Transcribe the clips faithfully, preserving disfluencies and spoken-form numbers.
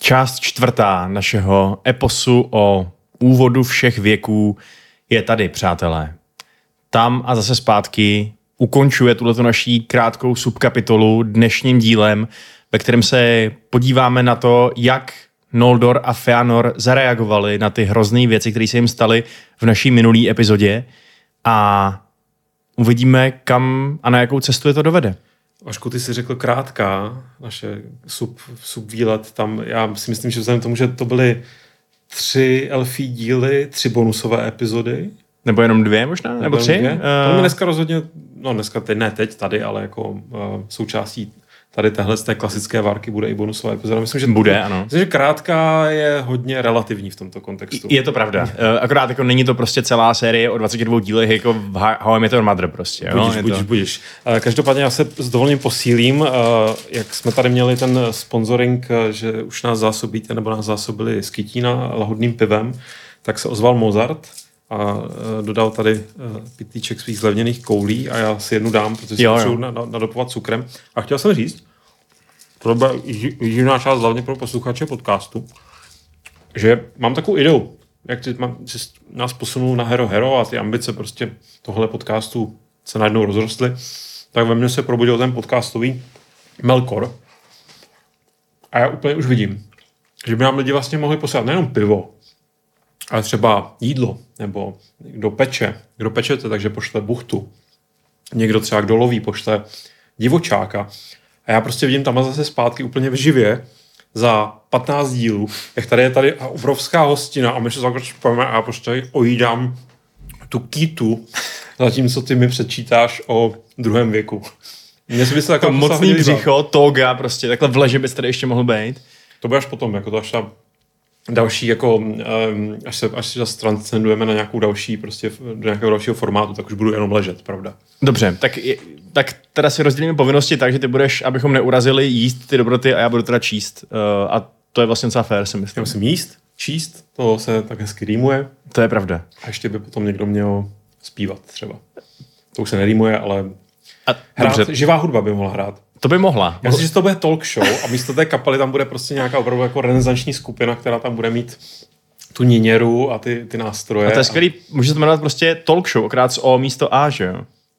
Část čtvrtá našeho eposu o úvodu všech věků je tady, přátelé. Tam a zase zpátky ukončuje tuhleto naší krátkou subkapitolu dnešním dílem, ve kterém se podíváme na to, jak Noldor a Fëanor zareagovali na ty hrozné věci, které se jim staly v naší minulý epizodě, a uvidíme, kam a na jakou cestu je to dovede. Vašku, ty jsi řekl krátká, naše sub, subvýlet tam. Já si myslím, že vzhledem tomu, že to byly tři elfí díly, tři bonusové epizody. Nebo jenom dvě možná? Nebo, nebo tři? Dvě. Uh... To mi dneska rozhodně, no dneska teď, ne teď tady, ale jako uh, součástí tady téhle z té klasické várky bude i bonusová epizoda. Myslím, že bude, to, ano. Myslím, že krátká je hodně relativní v tomto kontextu. Je to pravda. Akorát jako není to prostě celá série o dvaceti dvou dílech jako v How I Met Your Mother prostě. Budíš, budíš, to... budíš. Každopádně já se s dovolením posílím, jak jsme tady měli ten sponsoring, že už nás zásobíte, nebo nás zásobili z Kytína lahodným pivem, tak se ozval Mozart a dodal tady pitlíček svých zlevněných koulí a já si jednu dám, protože si potřebuji nadopovat cukrem. A chtěl jsem říct, to bude jiná část hlavně pro posluchače podcastu, že mám takovou ideu, jak ty jsi nás posunul na Hero Hero a ty ambice prostě tohle podcastu se najednou rozrostly, tak ve mně se probudil ten podcastový Melkor a já úplně už vidím, že by nám lidi vlastně mohli poslat nejenom pivo, ale třeba jídlo, nebo kdo peče, kdo pečete, takže pošle buchtu. Někdo třeba, kdo loví, pošle divočáka. A já prostě vidím tam zase zpátky úplně v živě za patnáct dílů, jak tady je tady obrovská hostina a my se zakročíme a já prostě ojídám tu kýtu, zatímco ty mi předčítáš o druhém věku. Mně si to mocný břicho, toga, prostě takhle v leži bys tady ještě mohl být. To bude až potom, jako to až ta další, jako, až se, až se transcendujeme na nějakou další, prostě do nějakého dalšího formátu, tak už budu jenom ležet, pravda. Dobře, tak, tak teda si rozdělíme povinnosti tak, že ty budeš, abychom neurazili, jíst ty dobroty a já budu teda číst. Uh, a to je vlastně docela fér, si myslím. Já musím jíst, číst, to se tak hezky rýmuje. To je pravda. A ještě by potom někdo měl zpívat třeba. To už se nerýmuje, ale a, hrát, dobře. Živá hudba by mohla hrát. To by mohla. Já myslím, že to bude talk show a místo té kapely tam bude prostě nějaká opravdu jako renesanční skupina, která tam bude mít tu niněru a ty, ty nástroje. A to je skvělý, a... může se to jmenovat prostě talk show, okrát s O místo A, že jo?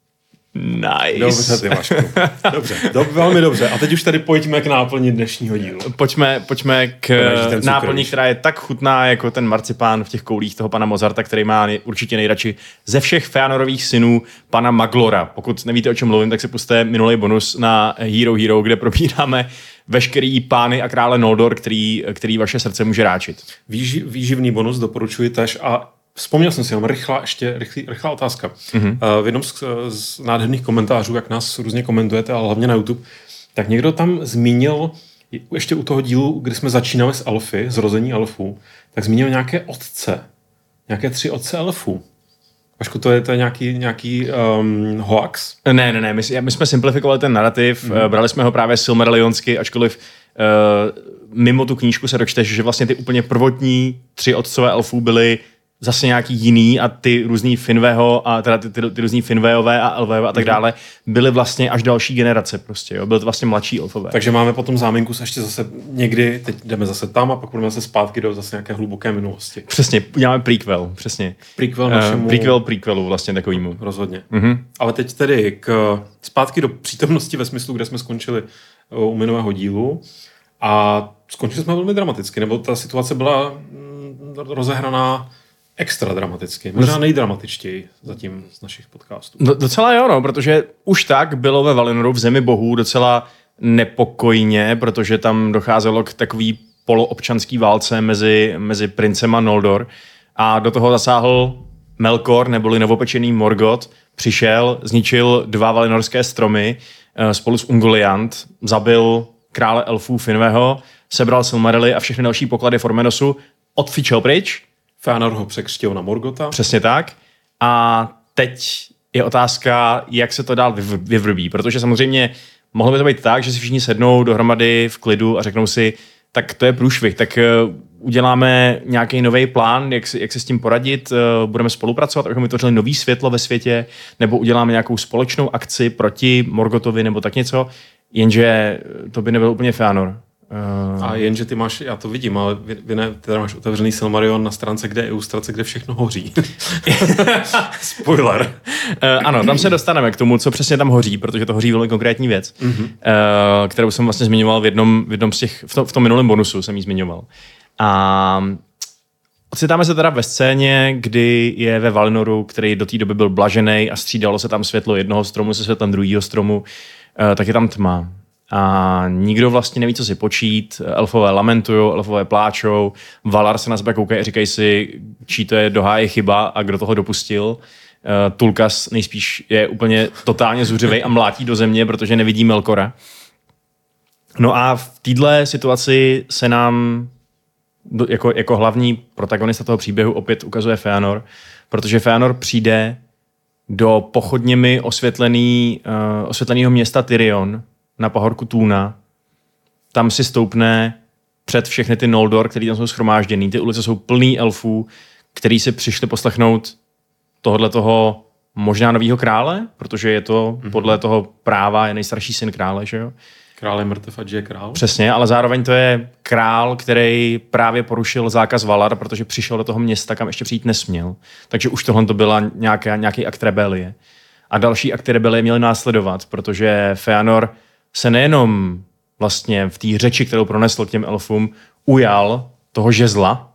Nice. Dobře, ty Vašku. Dobře, dob, velmi dobře. A teď už tady pojďme k náplni dnešního dílu. Pojďme, pojďme k náplni, která je tak chutná jako ten marcipán v těch koulích toho pana Mozarta, který má nej, určitě nejradši ze všech Fëanorových synů pana Maglora. Pokud nevíte, o čem mluvím, tak si pusťte minulý bonus na Hero Hero, kde probíráme veškerý pány a krále Noldor, který, který vaše srdce může ráčit. Výži, výživný bonus doporučuji tež a vzpomněl jsem si jenom rychlá, ještě rychlý, rychlá otázka. Mm-hmm. V jednom z, z nádherných komentářů, jak nás různě komentujete, ale hlavně na YouTube, tak někdo tam zmínil, ještě u toho dílu, kdy jsme začínali s elfy, zrození elfů, tak zmínil nějaké otce. Nějaké tři otce elfů. Vašku, to je, to je nějaký, nějaký um, hoax? Ne, ne, ne. My, my jsme simplifikovali ten narrativ, mm-hmm. brali jsme ho právě silmarillionsky, ačkoliv uh, mimo tu knížku se dočteš, že vlastně ty úplně prvotní tři otcové elfů byly zase nějaký jiný a ty různý Finveho a teda ty, ty, ty různý Finveové a Elfové a tak dále byly vlastně až další generace prostě, jo. Byly to vlastně mladší elfové. Takže máme potom záminku se ještě zase někdy, teď jdeme zase tam a pak budeme zase zpátky do zase nějaké hluboké minulosti. Přesně, uděláme prequel, přesně. Prequel našemu... Uh, prequel prequelu vlastně takovýmu. Rozhodně. Uh-huh. Ale teď tedy k zpátky do přítomnosti ve smyslu, kde jsme skončili u minulého dílu a skončili jsme velmi dramaticky, nebo ta situace byla mm, rozehraná extra dramaticky, možná nejdramatičtěji zatím z našich podcastů. Do, docela jo, no, protože už tak bylo ve Valinoru v zemi bohů docela nepokojně, protože tam docházelo k takový poloobčanský válce mezi, mezi princem a Noldor a do toho zasáhl Melkor, neboli novopečený Morgoth, přišel, zničil dva valinorské stromy spolu s Ungoliant, zabil krále elfů Finveho, sebral Silmarily a všechny další poklady Formenosu, odfičel pryč. Fëanor ho překřtil na Morgotha. Přesně tak. A teď je otázka, jak se to dál vyvrbí, protože samozřejmě mohlo by to být tak, že si všichni sednou dohromady v klidu a řeknou si, tak to je průšvih, tak uděláme nějaký nový plán, jak si, jak se s tím poradit, budeme spolupracovat, abychom vytvořili nový světlo ve světě, nebo uděláme nějakou společnou akci proti Morgothovi nebo tak něco, jenže to by nebyl úplně Fëanor. Uh... A jenže ty máš, já to vidím, ale vy, vy ne, ty máš otevřený Silmarillion na stránce, kde je ilustrace, kde všechno hoří. Spoiler. Uh, ano, tam se dostaneme k tomu, co přesně tam hoří, protože to hoří velmi konkrétní věc, mm-hmm. uh, kterou jsem vlastně zmiňoval v jednom, v jednom z těch, v, to, v tom minulém bonusu jsem ji zmiňoval. A ocitáme se teda ve scéně, kdy je ve Valinoru, který do té doby byl blažený a střídalo se tam světlo jednoho stromu se světlem druhého stromu, uh, tak je tam tma. A nikdo vlastně neví, co si počít. Elfové lamentujou, elfové pláčou, Valar se na sebe koukají a říkají si, čí to je do háje chyba a kdo toho dopustil. Uh, Tulkas nejspíš je úplně totálně zuřivej a mlátí do země, protože nevidí Melkora. No a v této situaci se nám jako, jako hlavní protagonista toho příběhu opět ukazuje Feanor, protože Feanor přijde do pochodněmi osvětlený, uh, osvětleného města Tyrion na pahorku Túna. Tam si stoupne před všechny ty Noldor, který tam jsou shromážděný. Ty ulice jsou plný elfů, který si přišli poslechnout tohle toho možná novýho krále, protože je to mm-hmm. podle toho práva je nejstarší syn krále, že jo? Král je mrtev a je král. Přesně, ale zároveň to je král, který právě porušil zákaz Valar, protože přišel do toho města, kam ještě přijít nesměl. Takže už tohle to byla nějaká, nějaký akt rebelie. A další akty rebelie měly následovat, protože Feanor se nejenom vlastně v té řeči, kterou pronesl k těm elfům, ujal toho žezla,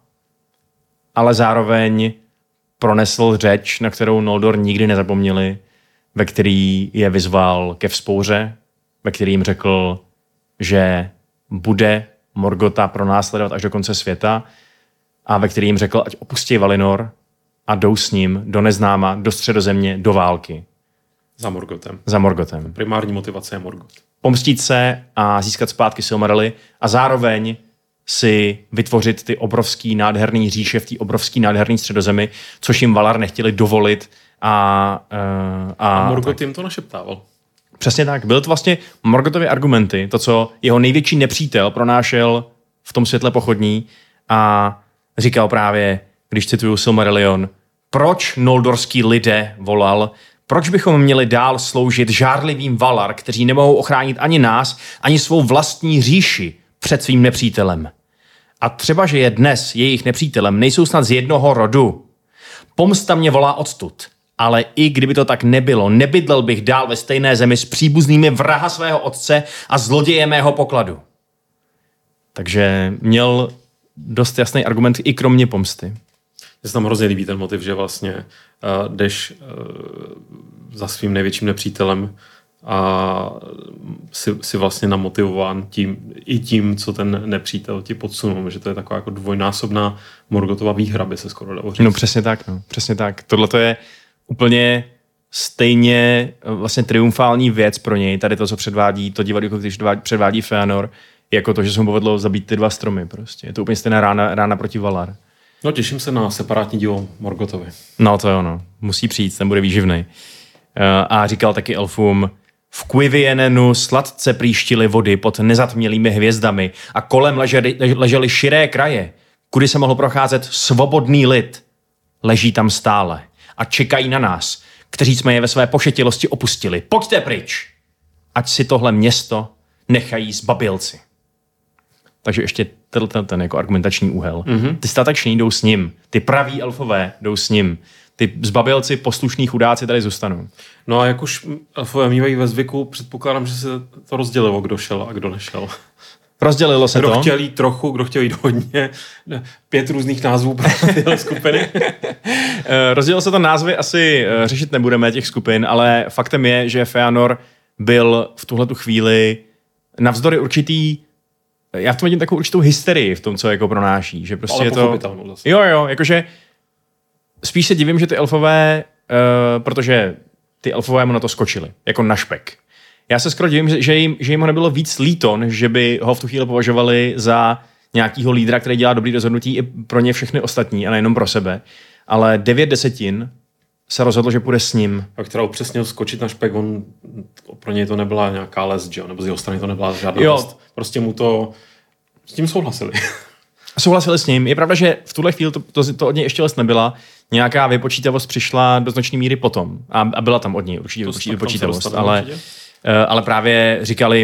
ale zároveň pronesl řeč, na kterou Noldor nikdy nezapomněli, ve který je vyzval ke vzpouře, ve který jim řekl, že bude Morgotha pronásledovat až do konce světa a ve který jim řekl, ať opustí Valinor a jdou s ním do neznáma, do středozemě, do války. Za Morgothem. Za Morgothem. Primární motivace je Morgoth. Pomstít se a získat zpátky Silmarily a zároveň si vytvořit ty obrovský nádherný říše v té obrovský nádherný středozemi, což jim Valar nechtěli dovolit. A, uh, a, a Morgoth jim to našeptával. Přesně tak. Byly to vlastně Morgothovy argumenty, to, co jeho největší nepřítel pronášel v tom světle pochodní a říkal právě, když cituju Silmarillion, proč noldorský lidé volal, proč bychom měli dál sloužit žárlivým Valar, kteří nemohou ochránit ani nás, ani svou vlastní říši před svým nepřítelem. A třeba, že je dnes jejich nepřítelem, nejsou snad z jednoho rodu. Pomsta mě volá odtud. Ale i kdyby to tak nebylo, nebydlel bych dál ve stejné zemi s příbuznými vraha svého otce a zloděje mého pokladu. Takže měl dost jasný argument i kromě pomsty. Mně se tam hrozně líbí ten motiv, že vlastně uh, jdeš uh, za svým největším nepřítelem a si, si vlastně namotivován tím, i tím, co ten nepřítel ti podsunul, že to je taková jako dvojnásobná Morgothova výhra, by se skoro dalo říct. No přesně tak, no, přesně tak. Tohle to je úplně stejně vlastně triumfální věc pro něj, tady to, co předvádí, to divadlo, když předvádí Feanor, jako to, že se mu povedlo zabít ty dva stromy prostě. Je to úplně stejná rána, rána proti Valar. No těším se na separátní dílo Morgothovi. No to je ono, musí přijít, ten bude výživnej. A říkal taky elfům, v Quivienenu sladce příštily vody pod nezatmělými hvězdami a kolem ležely, ležely širé kraje, kudy se mohl procházet svobodný lid. Leží tam stále a čekají na nás, kteří jsme je ve své pošetilosti opustili. Pojďte pryč, ať si tohle město nechají zbabělci. Takže ještě ten, ten, ten jako argumentační úhel. Mm-hmm. Ty statační jdou s ním, ty praví elfové jdou s ním, ty zbabělci, poslušní chudáci tady zůstanou. No a jak už elfové mývají ve zvyku, předpokládám, že se to rozdělilo, kdo šel a kdo nešel. Rozdělilo se kdo to. Kdo chtěl jít trochu, kdo chtěl jít hodně. Pět různých názvů pro tyhle skupiny. Rozdělilo se to názvy, asi řešit nebudeme těch skupin, ale faktem je, že Feanor byl v tuhletu chvíli navzdory určitý, já v tom vidím takovou určitou hysterii v tom, co jako pronáší. Že prostě ale je to. Zase. Jo, jo, jakože spíš se divím, že ty elfové, uh, protože ty elfové mu na to skočili, jako na špek. Já se skoro divím, že jim, že jim ho nebylo víc líto, než že by ho v tu chvíli považovali za nějakýho lídra, který dělá dobrý rozhodnutí i pro ně všechny ostatní a nejenom pro sebe. Ale devět desetin se rozhodlo, že půjde s ním. A která upřesnil skočit na špek, on, pro něj to nebyla nějaká les, že? Nebo z jeho strany to nebyla žádná jo. lest. Prostě mu to, s tím souhlasili. Souhlasili s ním. Je pravda, že v tuhle chvíli to, to, to od něj ještě les nebyla. Nějaká vypočítavost přišla do značné míry potom. A, a byla tam od něj určitě vypočítavost. Ale, ale právě říkali jim,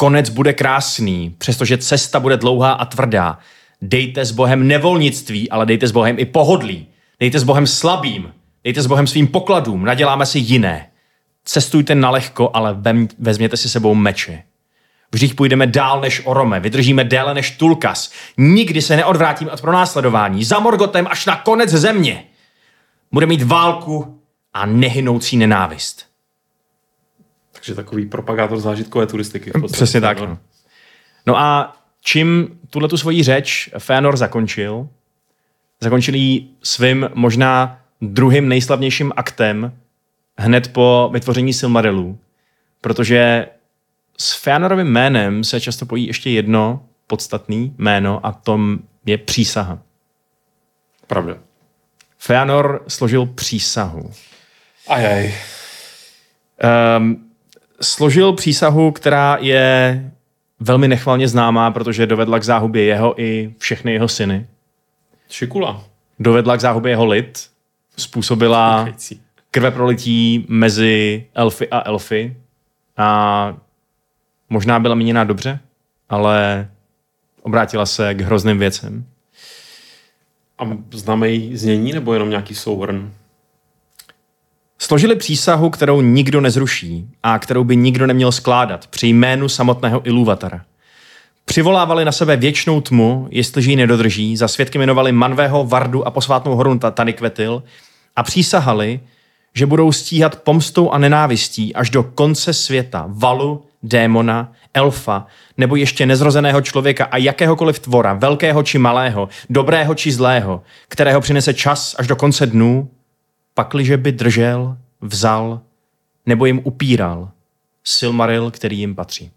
Konec bude krásný, přestože cesta bude dlouhá a tvrdá. Dejte s Bohem nevolnictví, ale dejte s Bohem i pohodlí. Dejte s Bohem slabým. Dejte s Bohem svým pokladům. Naděláme si jiné. Cestujte nalehko, ale vezměte si sebou meče. Vždyť půjdeme dál než Orome, vydržíme déle než Tulkas. Nikdy se neodvrátíme od pronásledování. Za Morgotem až na konec země. Bude mít válku a nehynoucí nenávist. Takže takový propagátor zážitkové turistiky. Přesně tak. No. no a čím tuhletu svoji řeč Fëanor zakončil, zakončil ji svým možná druhým nejslavnějším aktem hned po vytvoření Silmarillů, protože s Fëanorovým jménem se často pojí ještě jedno podstatné jméno a to je přísaha. Pravda. Fëanor složil přísahu. Ajaj. Um, složil přísahu, která je velmi nechvalně známá, protože dovedla k záhubě jeho i všechny jeho syny. Šikula. Dovedla k záhubě jeho lid, způsobila krveprolití mezi elfy a elfy a možná byla míněná dobře, ale obrátila se k hrozným věcem. A známe jí znění nebo jenom nějaký souhrn? Složili přísahu, kterou nikdo nezruší a kterou by nikdo neměl skládat při jménu samotného Ilúvatara. Přivolávali na sebe věčnou tmu, jestliže ji nedodrží, za svědky jmenovali Manwëho, Vardu a posvátnou horu Taniquetil a přísahali, že budou stíhat pomstou a nenávistí až do konce světa Valu, démona, elfa nebo ještě nezrozeného člověka a jakéhokoliv tvora, velkého či malého, dobrého či zlého, kterého přinese čas až do konce dnů, pakliže by držel, vzal nebo jim upíral Silmaril, který jim patří.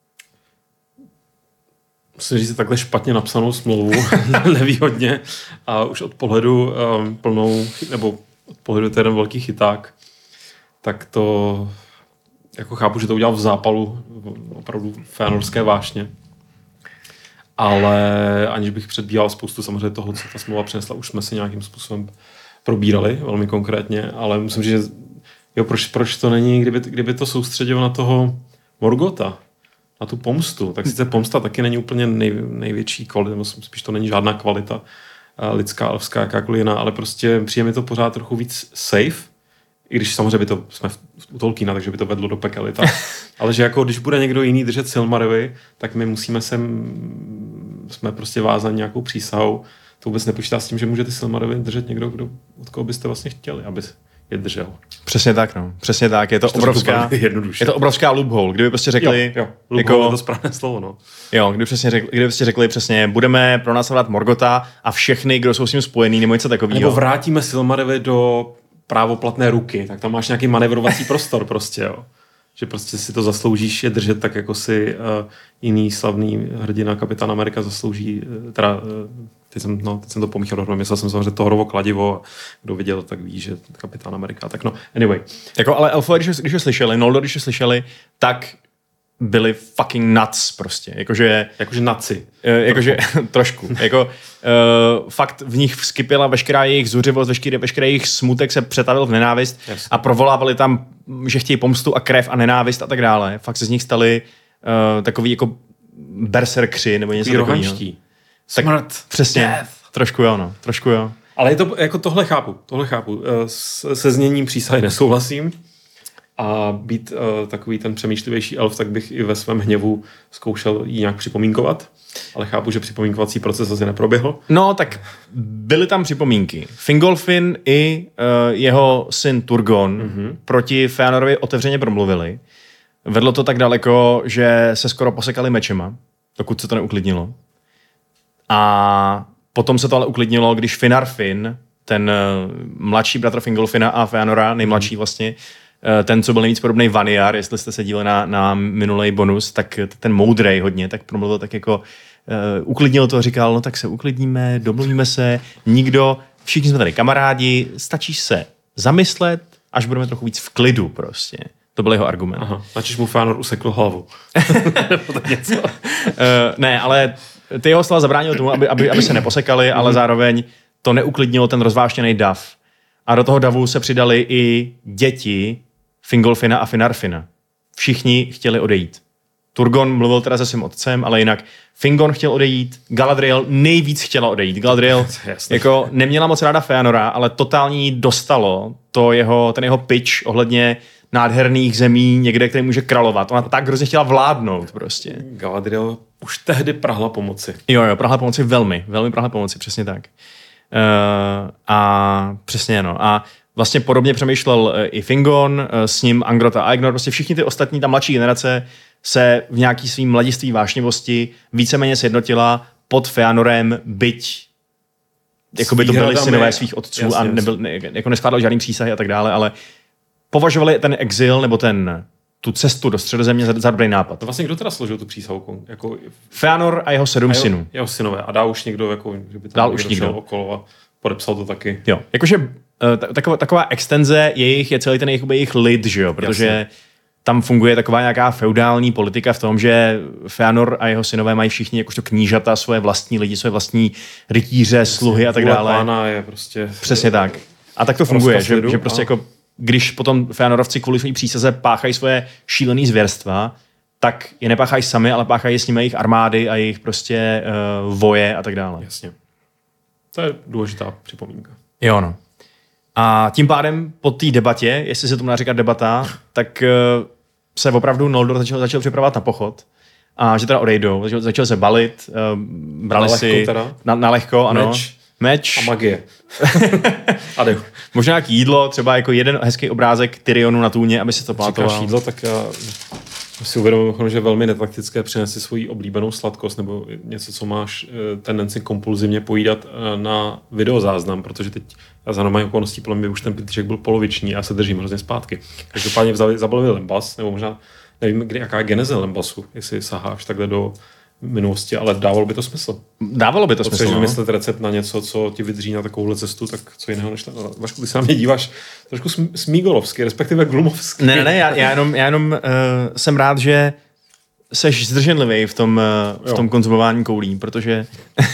Musím říct, takhle špatně napsanou smlouvu, nevýhodně a už od pohledu um, plnou, nebo od pohledu to je jeden velký chyták, tak to jako chápu, že to udělal v zápalu opravdu fénorské vášně. Ale aniž bych předbíhal spoustu samozřejmě toho, co ta smlouva přinesla, už jsme si nějakým způsobem probírali, velmi konkrétně, ale musím říct, že jo, proč, proč to není, kdyby, kdyby to soustředilo na toho Morgota, na tu pomstu, tak sice pomsta taky není úplně nej, největší kvalita, spíš to není žádná kvalita lidská, elfská, jakákoliv jiná, ale prostě přijde mi to pořád trochu víc safe, i když samozřejmě by to, jsme u Tolkiena, takže by to vedlo do pekelita, ale že jako když bude někdo jiný držet Silmarily, tak my musíme sem, jsme prostě vázaní nějakou přísahou, to vůbec nepočítá s tím, že může ty Silmarily držet někdo, kdo, od koho byste vlastně chtěli, aby je držel. Přesně tak, no. Přesně tak. Je to, to obrovská, je to obrovská loophole. Kdyby prostě řekli... Jo, jo. Loophole jako, je to správné slovo, no. Jo, kdyby, přesně řekli, kdyby prostě řekli přesně, budeme pronásledovat Morgota a všechny, kdo jsou s ním spojený, nebo něco takového. Nebo vrátíme Silmarily do právoplatné ruky, tak tam máš nějaký manevrovací prostor prostě, jo. Že prostě si to zasloužíš je držet tak, jako si uh, jiný slavný hrdina Kapitán Amerika zaslouží, uh, teda, uh, teď, jsem, no, teď jsem to pomíchal dohromady, myslel jsem samozřejmě to horovo kladivo a kdo viděl, tak ví, že Kapitán Amerika, tak no, anyway. Jako, ale elfové, když, když ho slyšeli, Noldor, když ho slyšeli, tak byli fucking nuts prostě, jakože... Jakože naci. Jakože trošku. Jako, uh, fakt v nich vskypila veškerá jejich zuřivost, veškerý, veškerý jejich smutek se přetavil v nenávist. Jasně. A provolávali tam, že chtějí pomstu a krev a nenávist a tak dále. Fakt se z nich stali uh, takový jako berserkři nebo něco takového. Smrt. Přesně. Death. Trošku jo, no. Trošku jo. Ale je to, jako tohle chápu. Tohle chápu. Se zněním přísahy nesouhlasím. A být uh, takový ten přemýšlivější elf, tak bych i ve svém hněvu zkoušel jí nějak připomínkovat. Ale chápu, že připomínkovací proces asi neproběhl. No, tak byly tam připomínky. Fingolfin i uh, jeho syn Turgon mm-hmm. proti Fëanorovi otevřeně promluvili. Vedlo to tak daleko, že se skoro posekali mečema, dokud se to neuklidnilo. A potom se to ale uklidnilo, když Finarfin, ten uh, mladší bratr Fingolfina a Fëanora, nejmladší mm-hmm. vlastně, ten, co byl nejvíc podobný Vaniar, jestli jste se dívali na, na minulý bonus, tak ten moudrej hodně, tak promluvil tak jako, uh, uklidnil to, říkal, no tak se uklidníme, domluvíme se, nikdo, všichni jsme tady kamarádi, stačí se zamyslet, až budeme trochu víc v klidu prostě. To byl jeho argument. Aha, načež mu Fëanor usekl hlavu. něco. uh, ne, ale ty jeho slova zabránil tomu, aby, aby, aby se neposekali, ale zároveň to neuklidnilo ten rozváštěný dav. A do toho davu se přidali i děti Fingolfina a Finarfina. Všichni chtěli odejít. Turgon mluvil teda se svým otcem, ale jinak Fingon chtěl odejít, Galadriel nejvíc chtěla odejít. Galadriel jako neměla moc ráda Feanora, ale totálně jí dostalo to jeho, ten jeho pitch ohledně nádherných zemí, někde, který může královat. Ona tak hrozně chtěla vládnout prostě. Galadriel už tehdy prahla pomoci. Jo, jo, prahla pomoci velmi, velmi prahla pomoci, přesně tak. Uh, a přesně, no. A vlastně podobně přemýšlel uh, i Fingon, uh, s ním Angrot a Aegnor, prostě všichni ty ostatní, ta mladší generace se v nějaký svým mladiství vášnivosti víceméně sjednotila pod Feanorem, byť jako by to byli synové svých otců, jasně, a nebyl, ne, jako neskládali žádný přísahy a tak dále, ale považovali ten exil nebo ten, tu cestu do Středozemě za, za dobrý nápad. To vlastně kdo teda složil tu přísahu? Jako... Feanor a jeho sedm a jeho, synů. Jeho synové. A dál už někdo, jako, že by tam dál už někdo okolo a podepsal to taky. Jo, jakože taková, taková extenze jejich je celý ten jejich, jejich lid, že jo, protože jasně, tam funguje taková nějaká feudální politika v tom, že Feanor a jeho synové mají všichni jakožto knížata, svoje vlastní lidi, svoje vlastní rytíře, sluhy a tak dále. Pána je prostě... Přesně tak. A tak to funguje, že, že prostě a... jako když potom Feanorovci kvůli své přísaze páchají svoje šílený zvěrstva, tak je nepáchají sami, ale páchají s nimi jejich armády a jejich prostě uh, voje a tak dále. Jasně. To je důležitá připomínka. Jo, no. A tím pádem po té debatě, jestli se tomu dá říkat debata, tak uh, se opravdu Noldor začal, začal připravovat na pochod. A že teda odejdou. Začal, začal se balit, uh, brali na si na, na lehko, ano. Meč. Meč. A magie. A jde. Možná nějaký jídlo, třeba jako jeden hezký obrázek Tyrionu na tůně, aby si to pamatoval. Říkáš jídlo, tak já si uvědomuji, že je velmi netaktické přinést si svoji oblíbenou sladkost nebo něco, co máš tendenci kompulzivně pojídat na videozáznam, protože teď za normální okolností podle mě už ten pitýček byl poloviční a já se držím hrozně zpátky. Každopádně vzali, zabalili lembas, nebo možná nevím, kdy, jaká je geneze lembasu, jestli saháš takhle do minulosti, ale dávalo by to smysl. Dávalo by to smysl. Protože vymyslet recept na něco, co ti vydrží na takovouhle cestu, tak co jiného než na... Vašku, ty se na mě díváš trošku smígolovsky, respektive glumovsky. Ne, ne, ne, já, já jenom, já jenom uh, jsem rád, že seš zdrženlivý v tom, uh, v tom konzumování koulí, protože...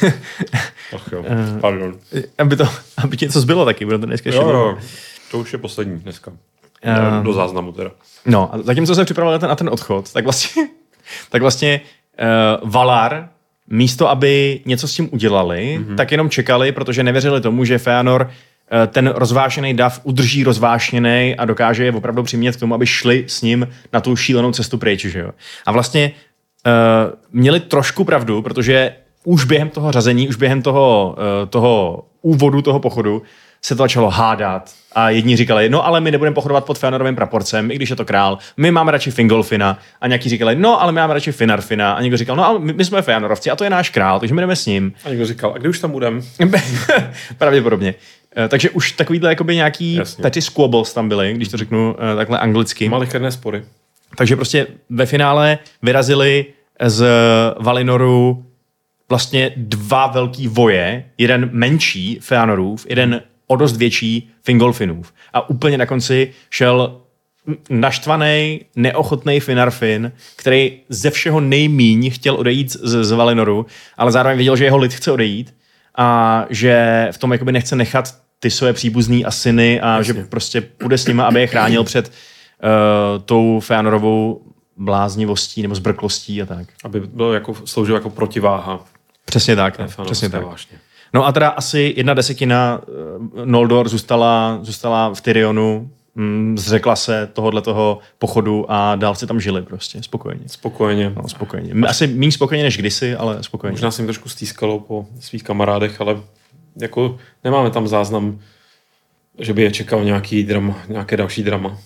Ach jo, pardon. Uh, aby, to, aby ti něco zbylo taky, bude to dneska jo, jo, to už je poslední dneska. Uh, Do záznamu teda. No, a zatímco se připravoval na ten, na ten odchod, tak vlastně... tak vlastně Uh, Valar, místo aby něco s tím udělali, mm-hmm. tak jenom čekali, protože nevěřili tomu, že Feanor uh, ten rozvášený dav udrží rozvášněnej a dokáže je opravdu přimět k tomu, aby šli s ním na tu šílenou cestu pryč. Že jo? A vlastně uh, měli trošku pravdu, protože už během toho řazení, už během toho, uh, toho úvodu toho pochodu se to začalo hádat a jedni říkali, no ale my nebudeme pochodovat pod Feanorovým praporcem, i když je to král, my máme radši Fingolfina, a nějaký říkali, no ale my máme radši Finarfina, a někdo říkal, no ale my, my jsme Feanorovci a to je náš král, takže my jdeme s ním. A někdo říkal, a kdy už tam budeme? Pravděpodobně. Takže už takovýhle jakoby nějaký petty squabbles tam byly, když to řeknu takhle anglicky. Malicherné spory. Takže prostě ve finále vyrazili z Valinoru vlastně dva velký voje, jeden menší Feanorův, jeden o dost větší Fingolfinův. A úplně na konci šel naštvaný, neochotný Finarfin, který ze všeho nejmíň chtěl odejít z, z Valinoru, ale zároveň viděl, že jeho lid chce odejít a že v tom jakoby nechce nechat ty své příbuzný a syny a Jasně. že prostě půjde s nima, aby je chránil před uh, tou Feanorovou bláznivostí nebo zbrklostí a tak. Aby byl jako, sloužil jako protiváha. Přesně tak. Ne, přesně tak. Vážně. No a teda asi jedna desetina Noldor zůstala, zůstala v Tyrionu, mm, zřekla se tohohle toho pochodu a dál si tam žili prostě, spokojeně. Spokojeně. No, spokojeně. Asi méně spokojeně než kdysi, ale spokojeně. Možná se jim trošku stýskalo po svých kamarádech, ale jako nemáme tam záznam, že by je čekal nějaký drama, nějaké další drama.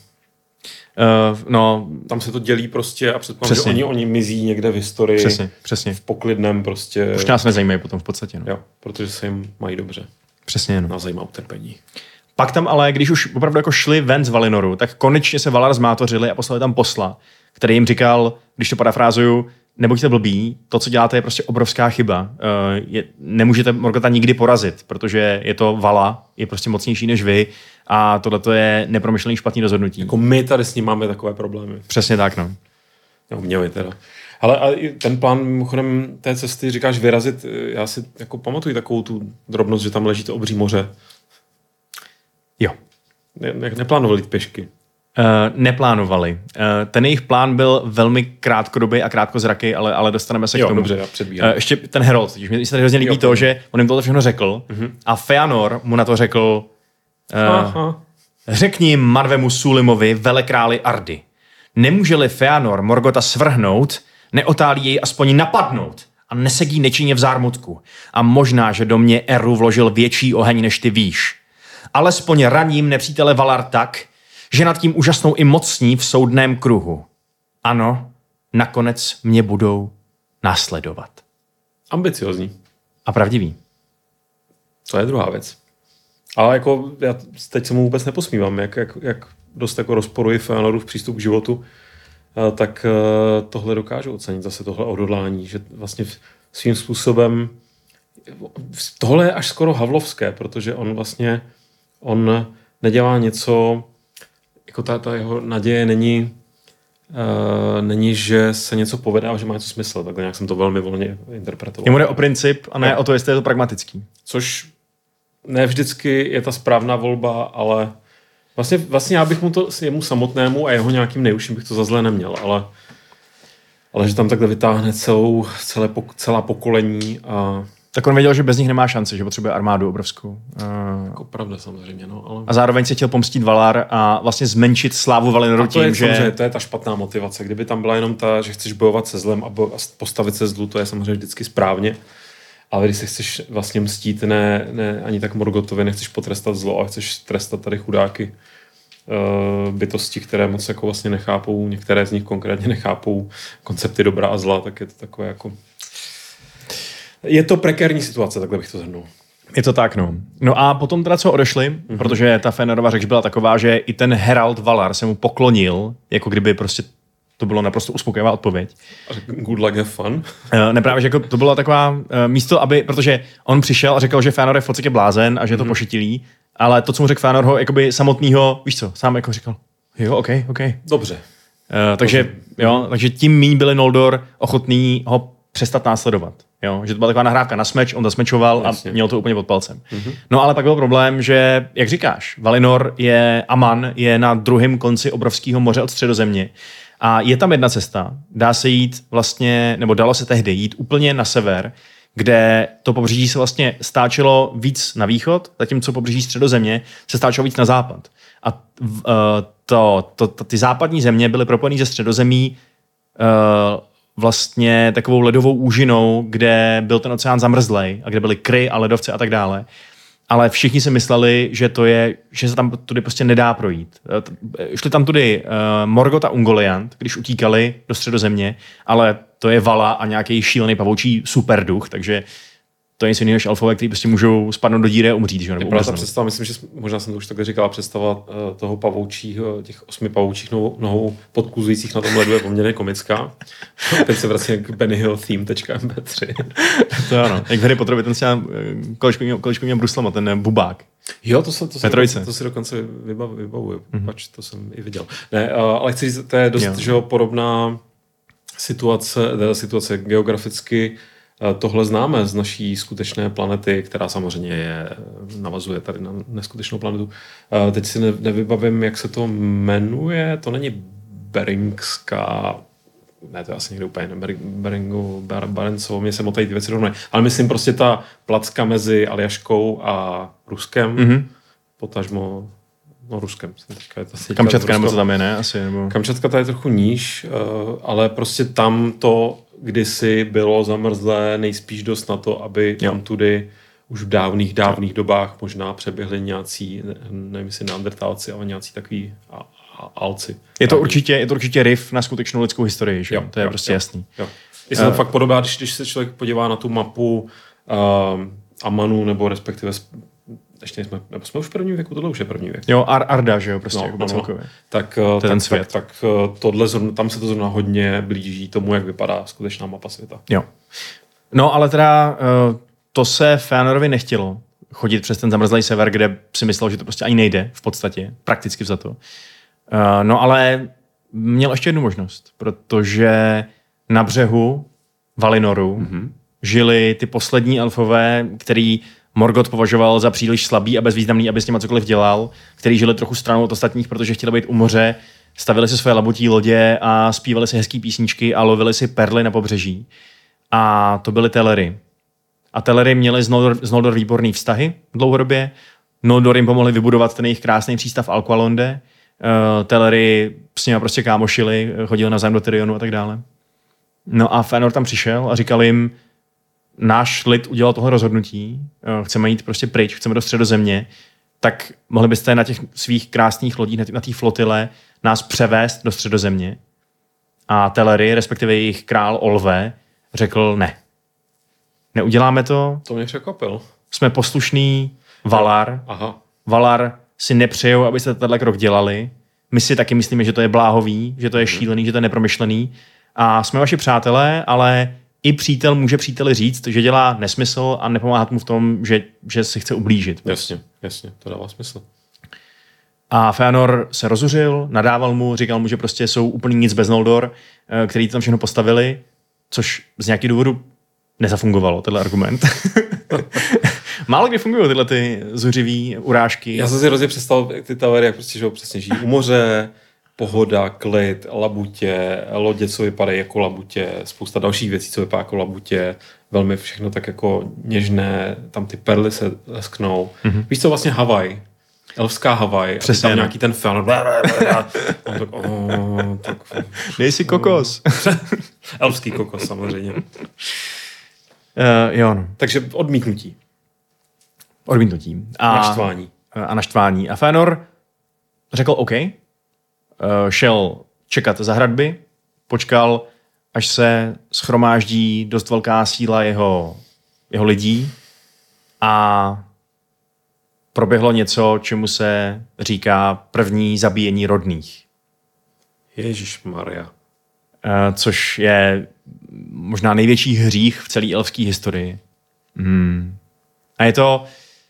Uh, no, tam se to dělí prostě a předpokládám, že oni, oni mizí někde v historii. Přesně, přesně. V poklidném prostě. Už nás nezajímají potom v podstatě. No. Jo, protože se jim mají dobře. Přesně. No. Nás zajímá utrpení. Pak tam ale, když už opravdu jako šli ven z Valinoru, tak konečně se Valar zmátořili a poslali tam posla, který jim říkal, když to parafrázuju, nebuďte blbí, to, co děláte, je prostě obrovská chyba. Uh, je, nemůžete Morgotta nikdy porazit, protože je to Vala, je prostě mocnější než vy a tohle je nepromyšlený špatný rozhodnutí. Jako my tady s ním máme takové problémy. Přesně tak, no. No, měli teda. Ale a ten plán mimochodem té cesty, říkáš vyrazit, já si jako pamatuju takovou tu drobnost, že tam leží to obří moře. Jo. Ne, ne, neplánovali jít pěšky. neplánovali. Uh, ten jejich plán byl velmi krátkodobý a krátkozraký, ale, ale dostaneme se jo, k tomu. Dobře, já předbíhám. Uh, ještě ten Herold, mi se tady hrozně líbí jo, to, že on jim tohle všechno řekl uh-huh. a Feanor mu na to řekl uh, řekni Marvemu Sulimovi, velekráli Ardy. Nemůže-li Feanor Morgota svrhnout, neotálí jej aspoň napadnout a nesedí nečinně v zármutku. A možná, že do mě Eru vložil větší oheň, než ty víš. Alespoň raním nepřítele Valar tak, že nad tím úžasnou i mocní v soudném kruhu. Ano, nakonec mě budou následovat. Ambiciozní. A pravdivý. To je druhá věc. Ale jako já teď se mu vůbec neposmívám, jak, jak, jak dost jako rozporuji Feanorův přístup k životu, tak tohle dokážu ocenit, zase tohle odhodlání, že vlastně svým způsobem tohle je až skoro havlovské, protože on vlastně on nedělá něco, jako ta, ta jeho naděje není, uh, není, že se něco povede a že má něco smysl. Takhle nějak jsem to velmi volně interpretoval. Jemu jde o princip a ne no. o to, jestli je to pragmatický. Což ne vždycky je ta správná volba, ale vlastně, vlastně já bych mu to jemu samotnému a jeho nějakým nejužším bych to za zlé neměl, ale, ale že tam takhle vytáhne celou, celé, celá pokolení a tak on věděl, že bez nich nemá šanci, že potřebuje armádu obrovskou. Uh, jako pravda samozřejmě, no. Ale... A zároveň se chtěl pomstít Valar a vlastně zmenšit slávu Valinoru tím, je, že... To je ta špatná motivace. Kdyby tam byla jenom ta, že chceš bojovat se zlem a postavit se zlu, to je samozřejmě vždycky správně. Ale když se chceš vlastně mstít, ne, ne ani tak Morgotovi, nechceš potrestat zlo, ale chceš trestat tady chudáky uh, bytosti, které moc jako vlastně nechápou, některé z nich konkrétně nechápou koncepty dobra a zla, tak je to takové jako... Je to prekérní situace, takhle bych to zhrnul. Je to tak, no. No a potom teda co odešli, mm-hmm. protože ta Feanorova řeč byla taková, že i ten Herald Valar se mu poklonil, jako kdyby prostě to bylo naprosto uspokojivá odpověď. Good luck, have fun. Ne, právě, že jako to byla taková uh, místo, aby, protože on přišel a řekl, že Feanor je v podstatě blázen a že je to mm-hmm. pošetilý, ale to, co mu řekl Feanor, ho jakoby samotnýho, víš co, sám jako říkal, jo, ok, ok. Dobře. Uh, takže, Dobře. jo, takže tím míň byli Noldor ochotný ho přestat následovat. Jo, že to byla taková nahrávka na smeč, on zasmečoval Jasně. a měl to úplně pod palcem. Mm-hmm. No ale pak byl problém, že, jak říkáš, Valinor je, Aman je na druhém konci obrovského moře od Středozemě a je tam jedna cesta, dá se jít vlastně, nebo dalo se tehdy jít úplně na sever, kde to pobřeží se vlastně stáčelo víc na východ, zatímco pobřeží Středozemě se stáčelo víc na západ. A uh, to, to, to, ty západní země byly propojené ze Středozemí uh, vlastně takovou ledovou úžinou, kde byl ten oceán zamrzlej a kde byly kry a ledovce a tak dále. Ale všichni si mysleli, že to je, že se tam tudy prostě nedá projít. Šli tam tudy uh, Morgoth a Ungoliant, když utíkali do Středozemě, ale to je Vala a nějaký šílený pavoučí superduch, takže to je něco jiného než elfové, kteří prostě můžou spadnout do díry a umřít. Že? Je právě ta představa, myslím, že možná jsem to už takhle říkala, představa uh, toho pavoučího, těch osmi pavoučích nohou, nohou podkuzujících na tom ledu je poměrně komická. Teď se vracím k bennyhill theme tečka em pé tři. To ano, jak v Harry Potterovi ten si kolečku měl bruslama, ten bubák. Jo, to, se, to, si, to si dokonce vybav, vybavuju, mm-hmm. pač to jsem i viděl. Ne, uh, ale chci říct, to je dost že, podobná situace, situace geograficky. Tohle známe z naší skutečné planety, která samozřejmě je, navazuje tady na neskutečnou planetu. Teď si ne, nevybavím, jak se to jmenuje. To není Beringská... Ne, to je asi někde úplně ne. Beringu, Bar, Barencovo, mě se motají ty věci rovnají. Ale myslím prostě ta placka mezi Aljaškou a Ruskem. Mm-hmm. Potažmo... No, Ruskem. Teďka je to Kamčatka nebo co tam je, ne? Asi, nebo... Kamčatka ta je trochu níž, ale prostě tam to kdysi bylo zamrzlé nejspíš dost na to, aby tam tudy už v dávných, dávných dobách možná přeběhli nějací, nevím jestli neandertálci, ale nějací takový a, a, alci. Je to, určitě, je to určitě riff na skutečnou lidskou historii, že? Jo, to je jo, prostě jo, jasný. Jo. Je se to uh, fakt podobá, když, když se člověk podívá na tu mapu uh, Amanu, nebo respektive ještě jsme, nebo jsme už v prvním věku, tohle už je první věk. Jo, Ar, Arda, že jo, prostě no, jako no, celkově. Tak, tak, ten svět. tak, tak tohle, tam se to zrovna hodně blíží tomu, jak vypadá skutečná mapa světa. Jo. No, ale teda to se Feanorovi nechtělo chodit přes ten zamrzlý sever, kde si myslel, že to prostě ani nejde v podstatě, prakticky vzato. No, ale měl ještě jednu možnost, protože na břehu Valinoru mm-hmm. žili ty poslední elfové, který Morgoth považoval za příliš slabý a bezvýznamný, aby s nima cokoliv dělal, který žili trochu stranou od ostatních, protože chtěli být u moře, stavili si svoje labutí lodě a zpívali si hezký písničky a lovili si perly na pobřeží. A to byly Telery. A Telery měli z Noldor, z Noldor výborný vztahy dlouhodobě. Noldor jim pomohli vybudovat ten jejich krásný přístav Alqualonde. Uh, Telery s nimi prostě kámošili, chodili navzájem do Tyrionu a tak dále. No a Fëanor tam přišel a říkal jim, náš lid udělal tohle rozhodnutí, uh, chceme jít prostě pryč, chceme do Středozemě, tak mohli byste na těch svých krásných lodích, na té flotile nás převést do Středozemě. A Telery, respektive jejich král Olve, řekl ne. Neuděláme to. To mě překvapil. Jsme poslušný Valar. Aha. Valar si nepřejou, abyste tenhle krok dělali. My si taky myslíme, že to je bláhový, že to je šílený, že to je nepromyšlený. A jsme vaši přátelé, ale i přítel může příteli říct, že dělá nesmysl a nepomáhat mu v tom, že, že si chce ublížit. Jasně, jasně, to dává smysl. A Fëanor se rozuřil, nadával mu, říkal mu, že prostě jsou úplný nic bez Noldor, který tam všechno postavili, což z nějakého důvodu nezafungovalo, tenhle argument. Málo kdy fungují tyhle ty zuřivý urážky. Já jsem si hrozně představil ty Telery, jak prostě, že přesně žijí u moře, pohoda, klid, labutě, lodě, co vypadají jako labutě, spousta dalších věcí, co vypadá jako labutě, velmi všechno tak jako něžné, tam ty perly se lesknou. Mm-hmm. Víš co, vlastně Havaj, elfská Havaj, přesně, tam nějaký ten Fëanor. On tak, oh, tak, dej si kokos. Elfský kokos, samozřejmě. Uh, jo, no. Takže odmítnutí. Odmítnutí. A naštvání. A naštvání. A Fëanor řekl OK, uh, šel čekat za hradby, počkal, až se schromáždí dost velká síla jeho, jeho lidí a proběhlo něco, čemu se říká první zabíjení rodných. Ježišmarja. Uh, což je možná největší hřích v celé elfské historii. Hmm. A je to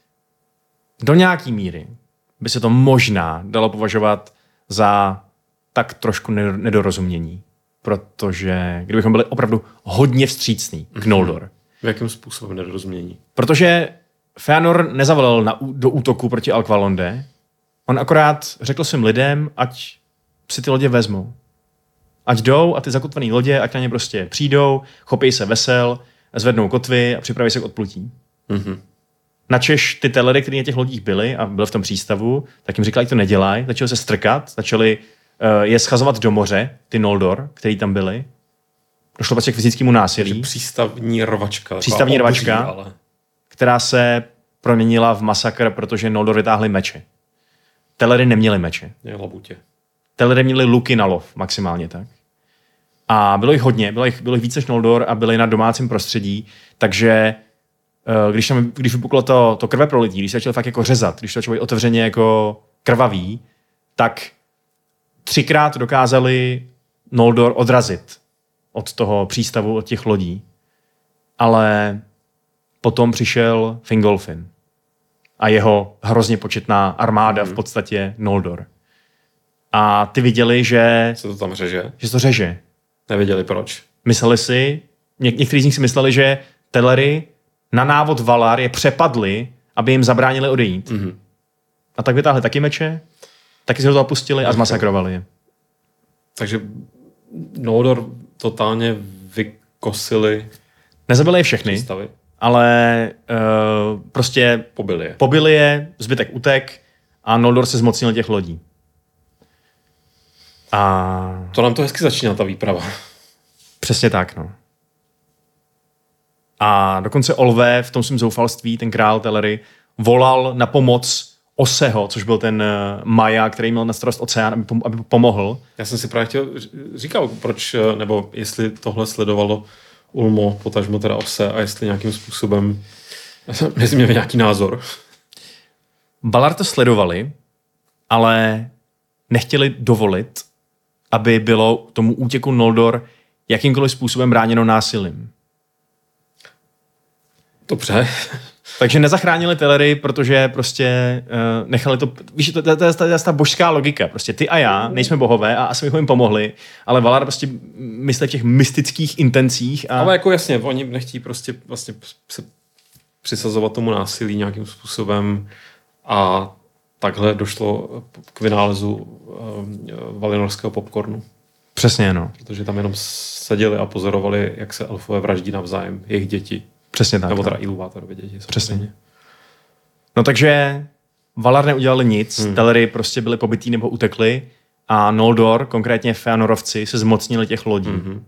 do nějaký míry by se to možná dalo považovat za tak trošku nedorozumění. Protože kdybychom byli opravdu hodně vstřícní k Noldor. V jakém způsobem nedorozumění? Protože Fëanor nezavolal na, do útoku proti Alqualonde. On akorát řekl svým lidem, ať si ty lodě vezmou. Ať jdou a ty zakotvené lodě, ať na ně prostě přijdou, chopí se vesel, zvednou kotvy a připraví se k odplutí. Mm-hmm. Načež ty Telery, které na těch lodích byly a byly v tom přístavu, tak jim říkali, to nedělají, začali se strkat, začali uh, je schazovat do moře, ty Noldor, který tam byli. Došlo prostě k fyzickému násilí. Takže přístavní rvačka. Přístavní rvačka, ale... která se proměnila v masakr, protože Noldor vytáhli meče. Telery neměli meče. Je labutě. Telery měli luky na lov, maximálně tak. A bylo jich hodně, bylo jich, bylo jich víc než Noldor a byli na domácím prostředí, takže když, tam, když vypuklo to, to krveprolití, když se začalo fakt jako řezat, když to začalo být otevřeně jako krvavý, tak třikrát dokázali Noldor odrazit od toho přístavu, od těch lodí. Ale potom přišel Fingolfin a jeho hrozně početná armáda, mm. v podstatě Noldor. A ty viděli, že se to tam řeže. Že se to řeže. Nevěděli proč. Mysleli si, něk- někteří z nich si mysleli, že Telery na návod Valar je přepadli, aby jim zabránili odejít. Mm-hmm. A tak vytáhli taky meče, taky se ho to opustili a zmasakrovali je. Takže Noldor totálně vykosili. Nezabili je všechny, přístavy. Ale uh, prostě pobili je. pobili je, zbytek utek a Noldor se zmocnil těch lodí. A... To nám to hezky začíná, ta výprava. Přesně tak, no. A dokonce Olve v tom svém zoufalství, ten král Telery, volal na pomoc Oseho, což byl ten Maja, který měl na starost oceán, aby, pom- aby pomohl. Já jsem si právě chtěl říkal, proč, nebo jestli tohle sledovalo Ulmo, potažmo teda Ose, a jestli nějakým způsobem, jestli měl nějaký názor. Valar to sledovali, ale nechtěli dovolit, aby bylo tomu útěku Noldor jakýmkoliv způsobem bráněno násilím. Dobře. Takže nezachránili Telery, protože prostě uh, nechali to... Víš, to, to, to, to je ta božská logika. Prostě ty a já nejsme bohové a asi bychom jim pomohli, ale Valar prostě myslí v těch mystických intencích. A... Ale jako jasně, oni nechtějí prostě vlastně se přisazovat tomu násilí nějakým způsobem a takhle došlo k vynálezu uh, valinorského popcornu. Přesně, no. Protože tam jenom seděli a pozorovali, jak se elfové vraždí navzájem, jejich děti. Přesně tak. Nebo teda Ilúvatarové děti. Přesně. No takže Valar neudělali nic, hmm. Teleri prostě byli pobytí nebo utekli a Noldor, konkrétně Feanorovci, se zmocnili těch lodí. Hmm.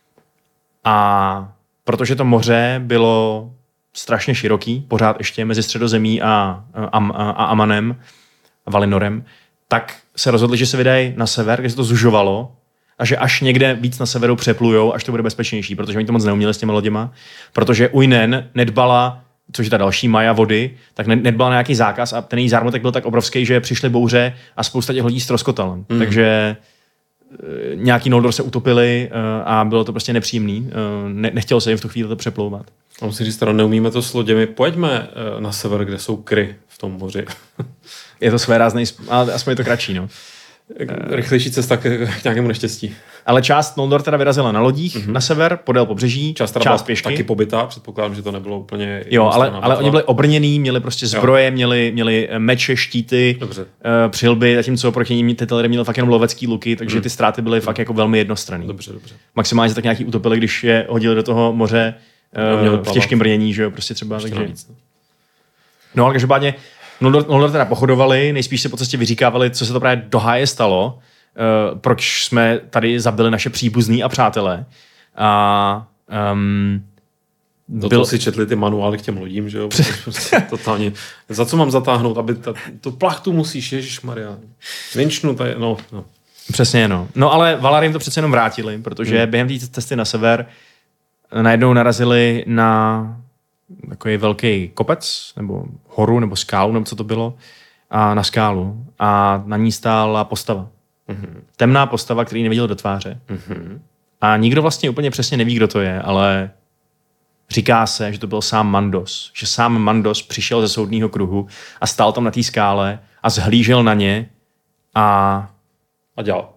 A protože to moře bylo strašně široký, pořád ještě mezi Středozemí a, a, a, a Amanem, a Valinorem, tak se rozhodli, že se vydají na sever, kde se to zužovalo a že až někde víc na severu přeplujou, až to bude bezpečnější, protože oni to moc neuměli s těmi loděma, protože Uinen nedbala, což je ta další Maja vody, tak nedbala nějaký zákaz a ten její zármutek byl tak obrovský, že přišly bouře a spousta těch lodí ztroskotala. Mm. Takže nějaký Noldor se utopili a bylo to prostě nepříjemný. Ne, nechtělo se jim v tu chvíli to přeplouvat. A musím říct, teda neumíme to s loděmi. Pojďme na sever, kde jsou kry v tom moři. Je to své ráznej, ale aspoň je to kratší, no. Rychlejší cesta k, k nějakému neštěstí. Ale část Noldor teda vyrazila na lodích mm-hmm. na sever, podél pobřeží, část, část pěšky. Taky pobytá, předpokládám, že to nebylo úplně... Jo, ale, ale oni byli obrněný, měli prostě zbroje, měli, měli meče, štíty, uh, přilby, zatímco proti ním ty Teleri měli fakt jenom lovecký luky, takže mm. ty ztráty byly mm. fakt jako velmi jednostranný. Dobře, dobře. Maximálně se tak nějaký utopili, když je hodili do toho moře uh, v těžkém brnění, že jo, prostě třeba. Takže... Navíc, no. no, ale každopádně Noldor, Noldor teda pochodovali, nejspíš se po cestě vyříkávali, co se to právě do háje stalo, uh, proč jsme tady zabili naše příbuzný a přátelé. A um, do byl... toho si četli ty manuály k těm lodím, že jo? Prostě totálně. Za co mám zatáhnout, aby ta, tu plachtu musíš, ježišmarja. Vinčnu, tady, no, no. Přesně, no. No ale Valar jim to přece jenom vrátili, protože hmm. během té cesty na sever najednou narazili na takový velký kopec, nebo horu, nebo skálu, nebo co to bylo, a na skálu. A na ní stála postava. Mm-hmm. Temná postava, který neviděl do tváře. Mm-hmm. A nikdo vlastně úplně přesně neví, kdo to je, ale říká se, že to byl sám Mandos. Že sám Mandos přišel ze soudního kruhu a stál tam na té skále a zhlížel na ně a... A dělal...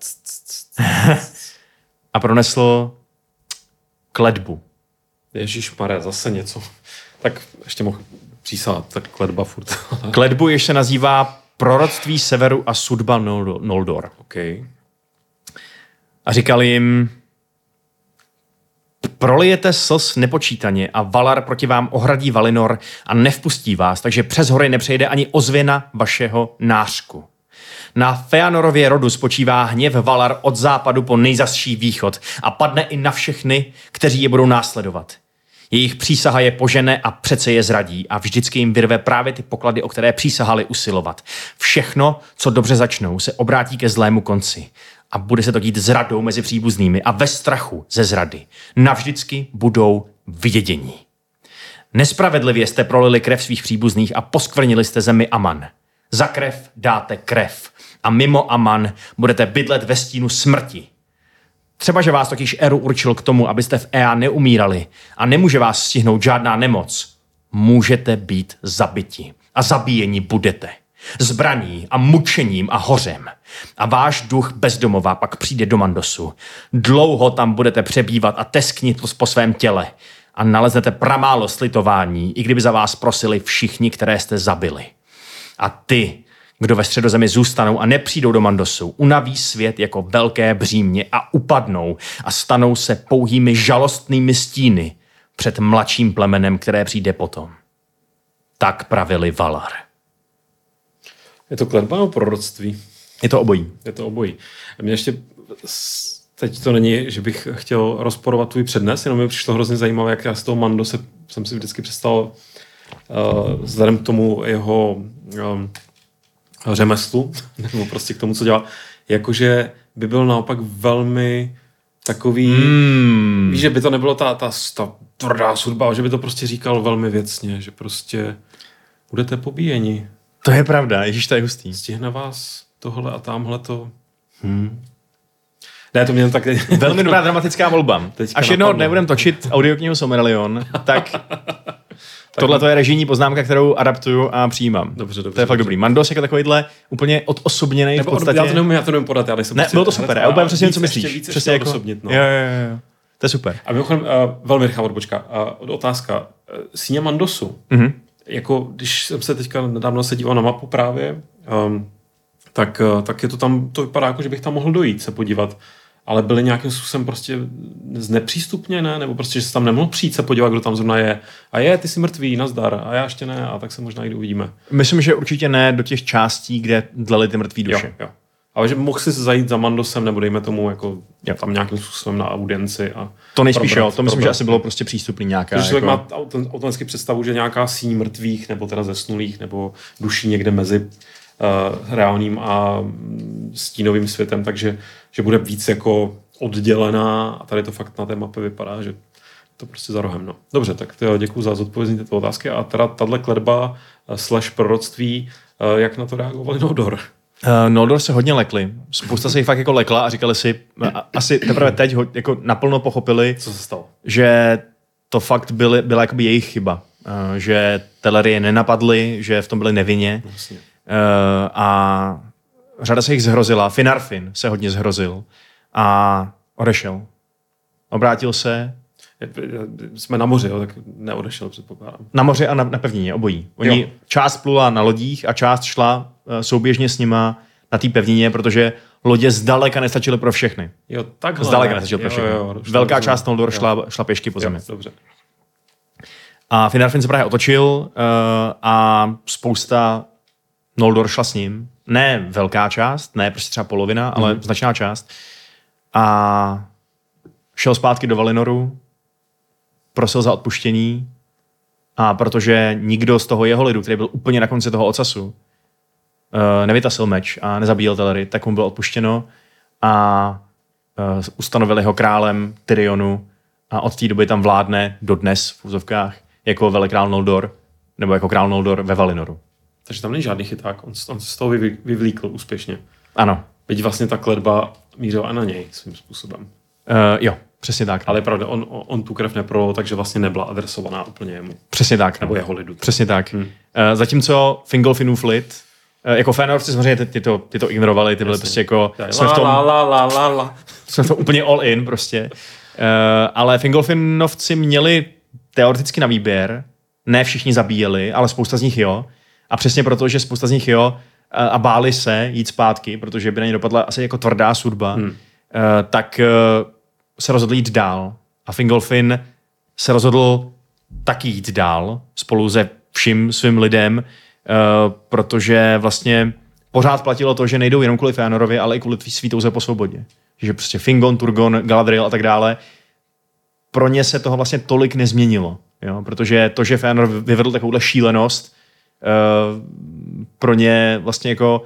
a pronesl kletbu. Ježišmarja, zase něco. Tak ještě mohl přísahat, tak kletba furt. Kletbu ještě se nazývá proroctví severu a sudba Noldor. Okay. A říkal jim, prolijete slz nepočítaně a Valar proti vám ohradí Valinor a nevpustí vás, takže přes hory nepřejde ani ozvěna vašeho nářku. Na Feanorově rodu spočívá hněv Valar od západu po nejzazší východ a padne i na všechny, kteří je budou následovat. Jejich přísaha je požene a přece je zradí a vždycky jim vyrve právě ty poklady, o které přísahali usilovat. Všechno, co dobře začnou, se obrátí ke zlému konci a bude se to dít zradou mezi příbuznými a ve strachu ze zrady. Navždycky budou vydědění. Nespravedlivě jste prolili krev svých příbuzných a poskvrnili jste zemi Aman. Za krev dáte krev a mimo Aman budete bydlet ve stínu smrti. Třeba, že vás totiž Eru určil k tomu, abyste v Ea neumírali a nemůže vás stihnout žádná nemoc. Můžete být zabiti a zabíjeni budete. Zbraní a mučením a hořem. A váš duch bezdomová pak přijde do Mandosu. Dlouho tam budete přebývat a tesknit po svém těle. A naleznete pramálo slitování, i kdyby za vás prosili všichni, které jste zabili. A ty, kdo ve Středozemi zůstanou a nepřijdou do Mandosu, unaví svět jako velké břímě a upadnou a stanou se pouhými žalostnými stíny před mladším plemenem, které přijde potom. Tak pravili Valar. Je to kletba nebo proroctví? Je to obojí. Je to obojí. A mě ještě teď to není, že bych chtěl rozporovat tvůj přednes, jenom mi přišlo hrozně zajímavé, jak já z toho Mandose jsem si vždycky představil uh, vzhledem k tomu jeho um, řemeslu, nebo prostě k tomu, co dělá, jakože by byl naopak velmi takový, mm. víš, že by to nebylo ta, ta, ta tvrdá sudba, že by to prostě říkal velmi věcně, že prostě budete pobíjeni. To je pravda, ježíš, to je hustý. Stihne vás tohle a tamhle to. Hmm. Ne, to měl tak... Velmi dobrá dramatická volba. Až jednoho dne budeme točit audioknihu Silmarillion, tak tohle to je režijní poznámka, kterou adaptuju a přijímám. Dobře, dobře. To je fakt dobře. dobrý. Mandos jako takovýhle úplně odosobněnej v podstatě. Já to nemůžu, já to nemůžu podat, já nejsem... Ne, bylo to super, já úplně přesně co myslíš. Víc přesně jako... odosobnit, no. Jo, jo, jo. To je super. A mimochodem, uh, velmi rychlá odbočka. Uh, otázka. Uh, síně Mandosu. Mm-hmm. Jako, když jsem se teďka nedávno se díval na mapu právě, um, tak, uh, tak je to tam, to vypadá jako, že bych tam mohl dojít se podívat. Ale byly nějakým způsobem prostě znepřístupněné, nebo prostě, že se tam nemohl přijít se podívat, kdo tam zrovna je. A je, ty jsi mrtvý, nazdar, a já ještě ne, a tak se možná i uvidíme. Myslím, že určitě ne do těch částí, kde dlely ty mrtvý duše. Jo, jo. Ale že mohl si zajít za Mandosem, nebo dejme tomu jako jo. tam nějakým způsobem na audienci. A to nejspíš jo, to myslím, probrat. Že asi bylo prostě přístupný nějaká. Když člověk jako... má automaticky představu, že nějaká síň mrtvých, nebo teda zesnulých, nebo duší někde mezi uh, reálným a stínovým světem, takže že bude víc jako oddělená a tady to fakt na té mapě vypadá, že to prostě za rohem. No. Dobře, tak děkuji za zodpovězení této otázky a teda tahle kletba slash proroctví, jak na to reagovali Noldor? Uh, Noldor se hodně lekli. Spousta se jich fakt jako lekla a říkali si, a, asi teprve teď ho, jako naplno pochopili, co se stalo? Že to fakt byly, byla jakoby jejich chyba. Uh, že Telery je nenapadly, že v tom byli nevinně. Vlastně. Uh, a řada se jich zhrozila. Finarfin se hodně zhrozil a odešel. Obrátil se. Jsme na moři, jo, tak neodešel, předpokládám. Na moři a na, na pevnině, obojí. Oni jo. Část plula na lodích a část šla uh, souběžně s nima na té pevnině, protože lodě zdaleka nestačily pro všechny. Jo, takhle. Zdaleka nestačily pro všechny. Jo, jo, Velká rozumím. Část Noldor šla, šla pěšky po zemi. Jo, dobře. A Finarfin se právě otočil uh, a spousta Noldor šla s ním. Ne velká část, ne prostě třeba polovina, mm. ale značná část. A šel zpátky do Valinoru, prosil za odpuštění a protože nikdo z toho jeho lidu, který byl úplně na konci toho ocasu, uh, nevytasil meč a nezabíjel Telery, tak mu bylo odpuštěno a uh, ustanovili ho králem Tyrionu a od té doby tam vládne dodnes v úzovkách jako velekrál Noldor, nebo jako král Noldor ve Valinoru. Takže tam není žádný chyták, on, on se z toho vyvlíkl úspěšně. Ano. Byť vlastně ta kletba mířila i na něj svým způsobem. Uh, jo, přesně tak. Ale je pravda, on, on tu krev neprolil, takže vlastně nebyla adresovaná úplně jemu. Přesně tak. Nebo jeho lidu. Přesně tak. Hmm. Uh, zatímco Fingolfinův lid, uh, jako Fëanorovci samozřejmě ty, ty, to, ty to ignorovali, ty byly prostě jako... Jsme v tom, la, la, la, la, la. jsme v tom úplně all in prostě. Uh, ale Fingolfinovci měli teoreticky na výběr, ne všichni zabíjeli, ale spousta z nich jo. A přesně proto, že spousta z nich jo, a báli se jít zpátky, protože by na ně dopadla asi jako tvrdá sudba, hmm. tak se rozhodli jít dál. A Fingolfin se rozhodl taky jít dál spolu se vším svým lidem, protože vlastně pořád platilo to, že nejdou jenom kvůli Fëanorovi, ale i kvůli svý touze po svobodě. Že prostě Fingon, Turgon, Galadriel a tak dále, pro ně se toho vlastně tolik nezměnilo. Jo? Protože to, že Fëanor vyvedl takovouhle šílenost, Uh, pro ně vlastně jako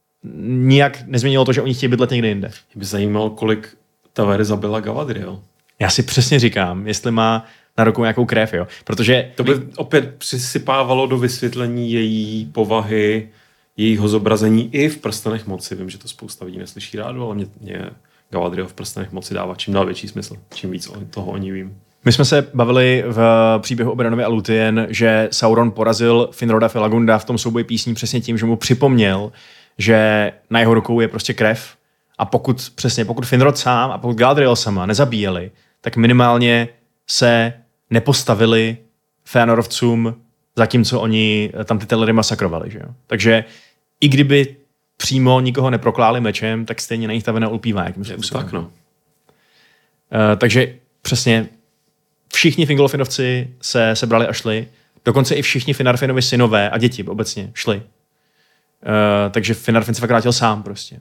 nijak nezměnilo to, že oni chtějí bydlet někde jinde. Mě by zajímalo, kolik Tavery zabila Galadriel. Já si přesně říkám, jestli má na rukou nějakou krev, jo. Protože to by opět přisypávalo do vysvětlení její povahy, jejího zobrazení i v Prstenech moci. Vím, že to spousta lidí neslyší rádo, ale mě, mě Galadriel v Prstenech moci dává čím dál větší smysl. Čím víc toho o ní vím. My jsme se bavili v příběhu o Branovi a Lúthien, že Sauron porazil Finroda Felagunda v tom souboji písní přesně tím, že mu připomněl, že na jeho rukou je prostě krev a pokud přesně, pokud Finrod sám a pokud Galadriel sama nezabíjeli, tak minimálně se nepostavili Fëanorovcům zatímco oni tam ty Telery masakrovali. Že jo? Takže i kdyby přímo nikoho neprokláli mečem, tak stejně na nich ta vina ulpívá. Jakým způsobem. Tak no. Uh, takže přesně všichni Fingolfinovci se sebrali a šli. Dokonce i všichni Finarfinovi synové a děti obecně šli. Uh, takže Finarfin se fakt vrátil sám prostě.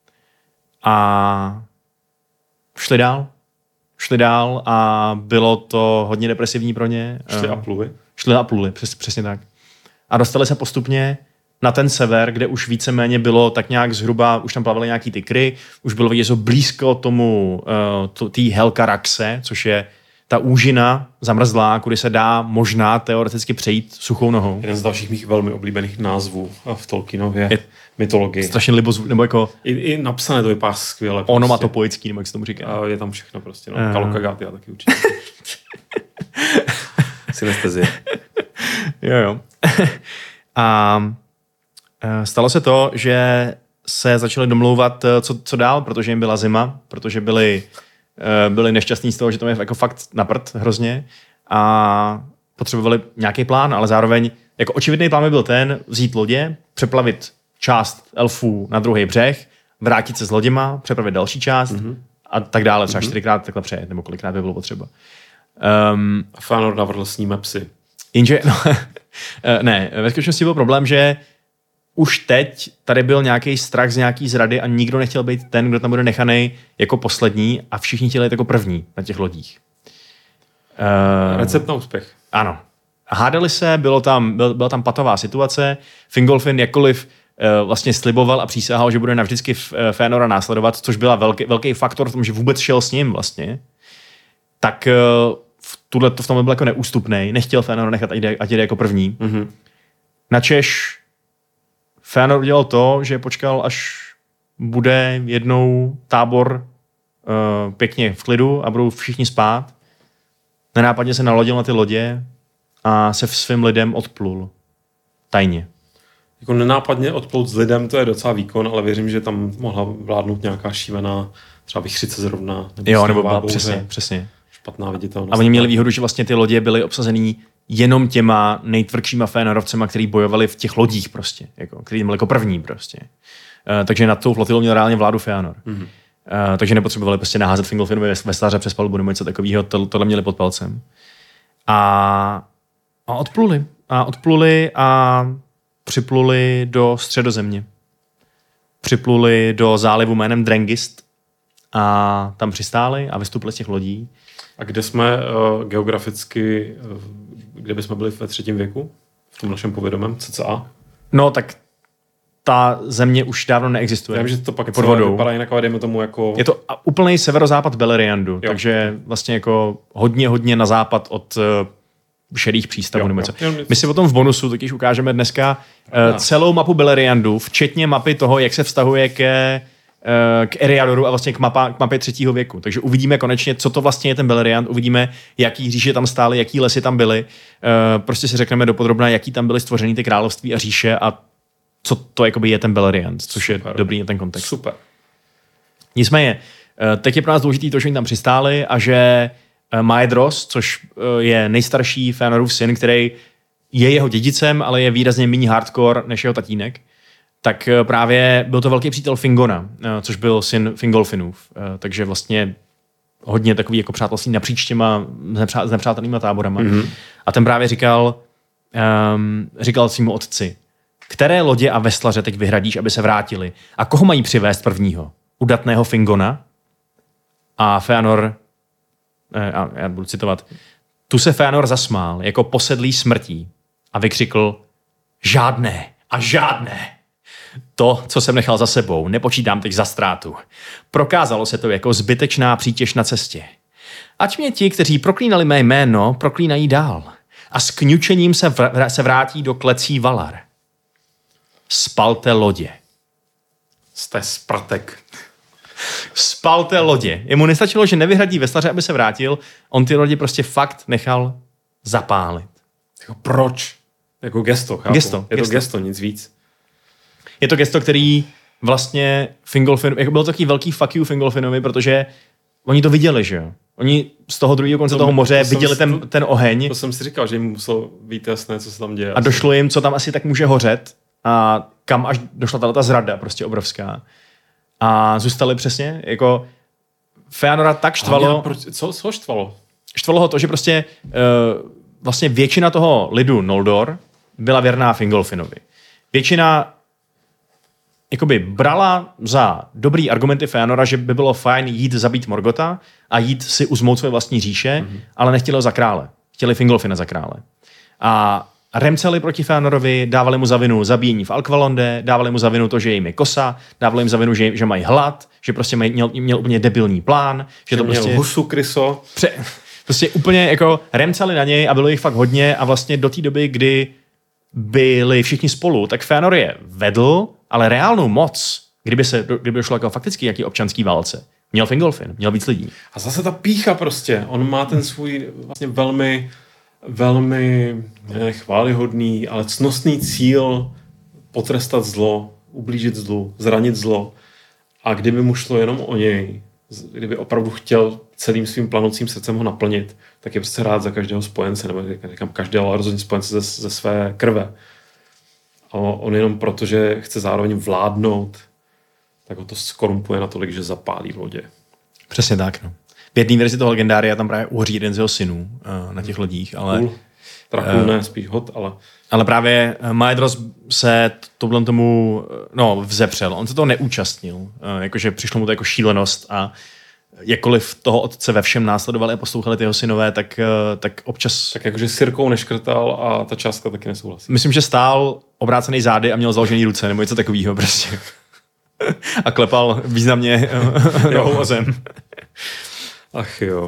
A šli dál. Šli dál a bylo to hodně depresivní pro ně. Šli a pluli. Šli a pluli, přes, přesně tak. A dostali se postupně na ten sever, kde už víceméně bylo tak nějak zhruba, už tam plavily nějaký tykry, už bylo vidět, že blízko tomu, uh, té Helcaraxe, což je ta úžina zamrzlá, kudy se dá možná teoreticky přejít suchou nohou. Jeden z dalších mých velmi oblíbených názvů v Tolkienově je mytologii. Strašně libozvůj, nebo jako... I, I napsané to vypadá skvěle. Prostě. Onomatopoický, nebo jak se tomu říká. A je tam všechno prostě, no. Uh. Kalokagaty a taky určitě. Synestezie. Jo, jo. A stalo se to, že se začali domlouvat, co, co dál, protože jim byla zima, protože byli byli nešťastní z toho, že to je jako fakt na prd hrozně a potřebovali nějaký plán, ale zároveň jako očividný plán by byl ten vzít lodě, přeplavit část elfů na druhý břeh, vrátit se s loděma, přepravit další část mm-hmm. a tak dále, třeba mm-hmm. čtyřikrát takhle přejet, nebo kolikrát by bylo potřeba. Um, a Fëanor navrhl s ním psy. Jenže, no, ne, ve skutečnosti byl problém, že už teď tady byl nějaký strach z nějaký zrady a nikdo nechtěl být ten, kdo tam bude nechaný jako poslední a všichni chtěli být jako první na těch lodích. Uh, Recept na úspěch. Ano. Hádali se, bylo tam, byl, byla tam patová situace. Fingolfin jakkoliv uh, vlastně sliboval a přísahal, že bude navždycky Fëanora následovat, což byla velký, velký faktor v tom, že vůbec šel s ním vlastně, tak uh, v, tuhle, v tom byl jako neústupnej. Nechtěl Fëanora nechat, ať jde, ať jde jako první. Mm-hmm. Načež Fëanor udělal to, že počkal, až bude jednou tábor uh, pěkně v klidu a budou všichni spát. Nenápadně se nalodil na ty lodě a se svým lidem odplul. Tajně. Jako nenápadně odplout s lidem, to je docela výkon, ale věřím, že tam mohla vládnout nějaká šívená, třeba vichřice zrovna. Nebo jo, nebo byla, přesně, přesně. Špatná viditelnost. A oni měli výhodu, že vlastně ty lodě byly obsazený jenom těma nejtvrdšíma Fëanorovcema, který bojovali v těch lodích prostě, jako, který byli jako první prostě. Uh, takže nad tou flotilou měl reálně vládu Fëanor. Mm-hmm. Uh, takže nepotřebovali prostě naházet Fingolfinovi veslaře přes palubu nebo něco takového, to, tohle měli pod palcem. A, a odpluli. A odpluli a připluli do Středozemě. Připluli do zálivu jménem Drengist a tam přistáli a vystoupili z těch lodí. A kde jsme uh, geograficky, uh, kde bychom byli ve třetím věku? V tom našem povědomém cca? No tak ta země už dávno neexistuje. Já vím, že to pak pod vodou vypadá jinak, ale dejme tomu jako... Je to úplný severozápad Beleriandu, jo. Takže vlastně jako hodně, hodně na západ od uh, šedých přístavů. Jo, jo. My si potom v bonusu totiž ukážeme dneska uh, celou mapu Beleriandu, včetně mapy toho, jak se vztahuje ke, uh, k Eriadoru a vlastně k, mapa, k mapě třetího věku. Takže uvidíme konečně, co to vlastně je ten Beleriand, uvidíme, jaký říše tam stály, jaký lesy tam byly. Uh, prostě si řekneme dopodrobna, jaký tam byly stvořeny ty království a říše a co to jakoby je ten Beleriand, což Super. Je dobrý na ten kontext. Super. Nicméně, teď je pro nás důležitý to, že oni tam přistáli a že Maedhros, což je nejstarší Fëanorův syn, který je jeho dědicem, ale je výrazně méně hardcore než jeho tatínek, tak právě byl to velký přítel Fingona, což byl syn Fingolfinův. Takže vlastně hodně takový jako přátelství napříč těma s nepřátelnýma táborama. Mm-hmm. A ten právě říkal, um, říkal svému otci, které lodě a veslaře teď vyhradíš, aby se vrátili? A koho mají přivést prvního? Udatného Fingona? A Fëanor, a já budu citovat, tu se Fëanor zasmál, jako posedlý smrtí a vykřikl, žádné a žádné. To, co jsem nechal za sebou, nepočítám teď za ztrátu. Prokázalo se to jako zbytečná přítěž na cestě. Ať mě ti, kteří proklínali mé jméno, proklínají dál. A s kňučením se, vr- se vrátí do klecí Valar. Spalte lodě. Jste sprtek. Spalte lodě. Jemu nestačilo, že nevyhradí veslaře, aby se vrátil. On ty lodě prostě fakt nechal zapálit. Jako proč? Jako gesto, chápu. Gesto. Je gesto. to gesto, nic víc. Je to gesto, který vlastně Fingolfin, jako byl to takový velký fuck you Fingolfinovi, protože oni to viděli, že jo. Oni z toho druhého konce to, toho moře to viděli ten, to, ten oheň. To jsem si říkal, že jim muselo být jasné, co se tam děje. A asi. Došlo jim, co tam asi tak může hořet. A kam až došla ta, ta zrada prostě obrovská. A zůstali přesně, jako Fëanora tak štvalo... Proč, co, co štvalo? Štvalo ho to, že prostě uh, vlastně většina toho lidu Noldor byla věrná Fingolfinovi. Většina jakoby brala za dobrý argumenty Fëanora, že by bylo fajn jít zabít Morgotha a jít si uzmout své vlastní říše, mm-hmm. ale nechtěli ho za krále. Chtěli Fingolfina za krále. A remceli proti Fëanorovi, dávali mu za vinu zabíjení v Alkvalonde, dávali mu za vinu to, že jim je kosa, dávali jim za vinu, že, že mají hlad, že prostě maj, měl, měl úplně debilní plán. Že, že to měl prostě, husu kryso. Pře, prostě úplně jako remceli na něj a bylo jich fakt hodně a vlastně do té doby, kdy byli všichni spolu, tak Fëanor je vedl, ale reálnou moc, kdyby se kdyby došlo jako fakticky jaký občanský válce, měl Fingolfin, měl víc lidí. A zase ta pícha prostě, on má ten svůj vlastně velmi velmi ne, chválihodný, ale cnostný cíl potrestat zlo, ublížit zlu, zranit zlo. A kdyby mu šlo jenom o něj, kdyby opravdu chtěl celým svým planoucím srdcem ho naplnit, tak je prostě rád za každého spojence, nebo říkám každého, ale rozhodně spojence ze, ze své krve. A on jenom proto, že chce zároveň vládnout, tak ho to skorumpuje natolik, že zapálí v lodě. Přesně tak, no. V jedné verzi toho legendária tam právě uhoří jeden z jeho synů uh, na těch lodích, ale... Cool. Trakul ne, spíš hot, ale... Ale právě Maedhros se tohle tomu, no, vzepřel. On se toho neúčastnil. Uh, jakože přišlo mu to jako šílenost a jakkoliv toho otce ve všem následovali a poslouchali ty jeho synové, tak, uh, tak občas... Tak jakože sirkou neškrtal a ta částka taky nesouhlasí. Myslím, že stál obrácený zády a měl založený ruce, nebo něco takového prostě. A klepal významně nohou o zem. Ach jo.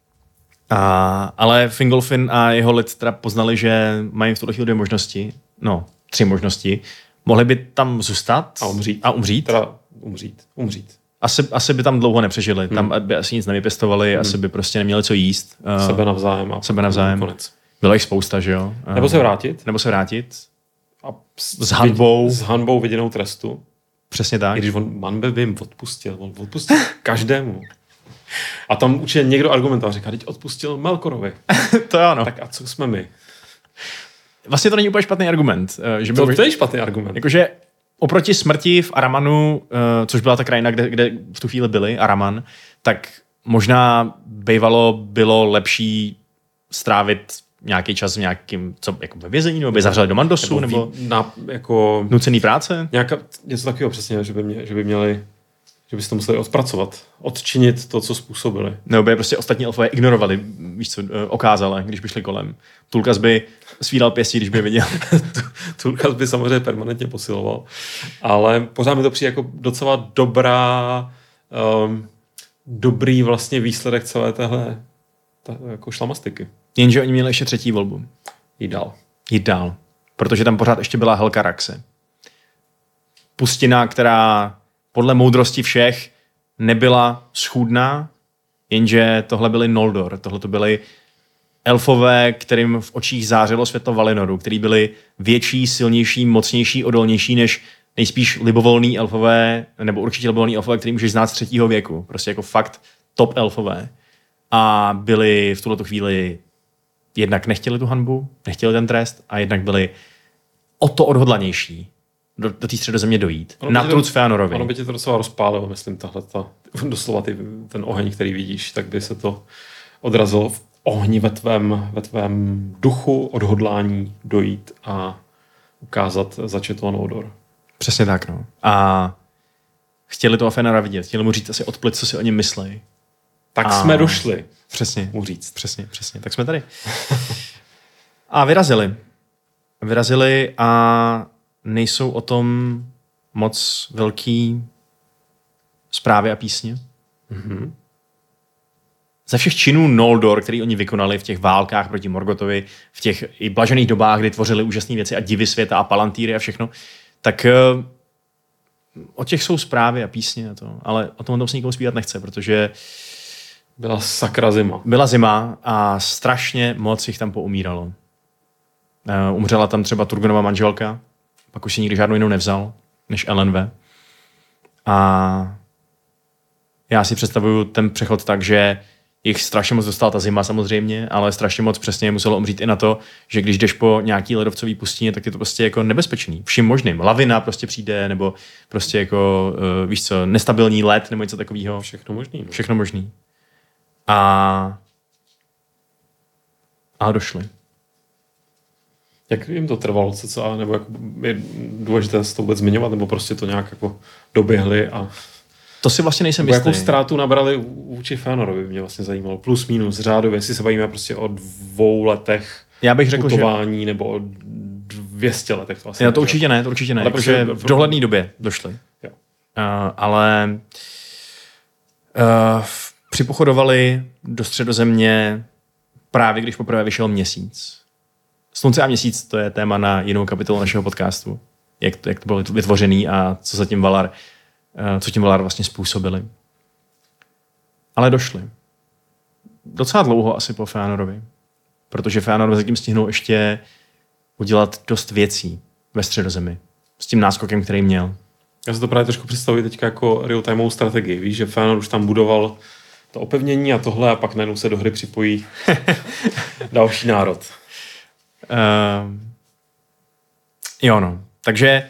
A, ale Fingolfin a jeho lid teda poznali, že mají v tuto chvíli dvě možnosti. No, tři možnosti. Mohli by tam zůstat a umřít. A umřít. Teda umřít. Umřít. Asi, asi by tam dlouho nepřežili. Hmm. Tam by asi nic nevypěstovali, hmm. asi by prostě neměli co jíst. Sebe navzájem. A sebe navzájem. Konec. Bylo jich spousta, že jo? Nebo se vrátit. Nebo se vrátit. A s, s hanbou. S hanbou viděnou trestu. Přesně tak. I když on Manbe by jim odpustil. On odpustil každému. A tam určitě někdo argumentoval, říká, teď odpustil Melkorovi. To je ano. Tak a co jsme my? Vlastně to není úplně špatný argument. Že to, to je špatný argument. Jakože oproti smrti v Aramanu, což byla ta krajina, kde, kde v tu chvíli byli, Araman, tak možná bývalo bylo lepší strávit nějaký čas v nějakým, co, jako ve vězení, nebo by zavřeli do Mandosu, nebo, nebo na, jako nucený práce? Nějaká, něco takového přesně, že by, mě, že by měli, že by si to museli odpracovat, odčinit to, co způsobili. Nebo by prostě ostatní elfové ignorovali, víš co, okázale, když by šli kolem. Tulkas by svídal pěstí, když by viděl. Tulkas by samozřejmě permanentně posiloval, ale pořád mi to přijde jako docela dobrá, um, dobrý vlastně výsledek celé téhle ta, jako šlamastiky. Jenže oni měli ještě třetí volbu. Jít dál. Jít dál. Protože tam pořád ještě byla Helcaraxe. Pustina, která podle moudrosti všech nebyla schůdná, jenže tohle byli Noldor. Tohle to byli elfové, kterým v očích zářilo světlo Valinoru, který byli větší, silnější, mocnější, odolnější než nejspíš libovolný elfové, nebo určitě libovolný elfové, který můžeš znát z třetího věku. Prostě jako fakt top elfové. A byli v tuhletu chvíli jednak nechtěli tu hanbu, nechtěli ten trest a jednak byli o to odhodlanější do, do té středozemě dojít. Na truc Feanorovi. Ono by tě to docela rozpálilo, myslím, tahle ta, doslova ty, ten oheň, který vidíš, tak by se to odrazilo v ohni ve tvém, ve tvém duchu, odhodlání dojít a ukázat začetlo Noldor. Přesně tak, no. A chtěli toho Feanora vidět, chtěli mu říct asi odplit, co si o něm myslej. Tak a... jsme došli. Přesně. Mu říct. Přesně, přesně. Tak jsme tady. A vyrazili. Vyrazili a nejsou o tom moc velký zprávy a písně. Mm-hmm. Ze všech činů Noldor, který oni vykonali v těch válkách proti Morgotovi, v těch i blažených dobách, kdy tvořili úžasné věci a divy světa a palantýry a všechno, tak uh, o těch jsou zprávy a písně a to. Ale o tom se nikomu zpívat nechce, protože byla sakra zima. Byla zima a strašně moc jich tam poumíralo. Uh, umřela tam třeba Turgonova manželka, pak už si nikdy žádnou jinou nevzal, než Elenve. A já si představuju ten přechod tak, že jich strašně moc dostala ta zima samozřejmě, ale strašně moc přesně muselo umřít i na to, že když jdeš po nějaký ledovcový pustině, tak je to prostě jako nebezpečný. Vším možným. Lavina prostě přijde, nebo prostě jako, uh, víš co, nestabilní led, nebo něco takového. Všechno možný. No. Všechno možný. A... A došli. Jak jim to trvalo, co, co nebo jak je důležité se to vůbec zmiňovat, nebo prostě to nějak jako doběhli a... To si vlastně nejsem jistý. jistý. Jakou ztrátu nabrali vůči Feanorovi, mě vlastně zajímalo. Plus, minus, řádově, jestli se bavíme prostě o dvou letech Já bych řekl, putování, že... nebo o dvě stě letech. To, asi Já to určitě ne, to určitě ne, protože v dohledné době došli. Jo. Uh, ale uh, připochodovali do Středozemě právě, když poprvé vyšel měsíc. Slunce a měsíc, to je téma na jinou kapitolu našeho podcastu. Jak to, jak to bylo vytvořený a co za tím Valar, uh, co tím Valar vlastně způsobili. Ale došli. Docela dlouho asi po Feanorovi. Protože Feanor zatím stihnul ještě udělat dost věcí ve Středozemi. S tím náskokem, který měl. Já si to právě trošku představuji teďka jako real-timeovou strategii. Víš, že Fëanor už tam budoval to opevnění a tohle a pak najednou se do hry připojí další národ. Uh, jo, no. Takže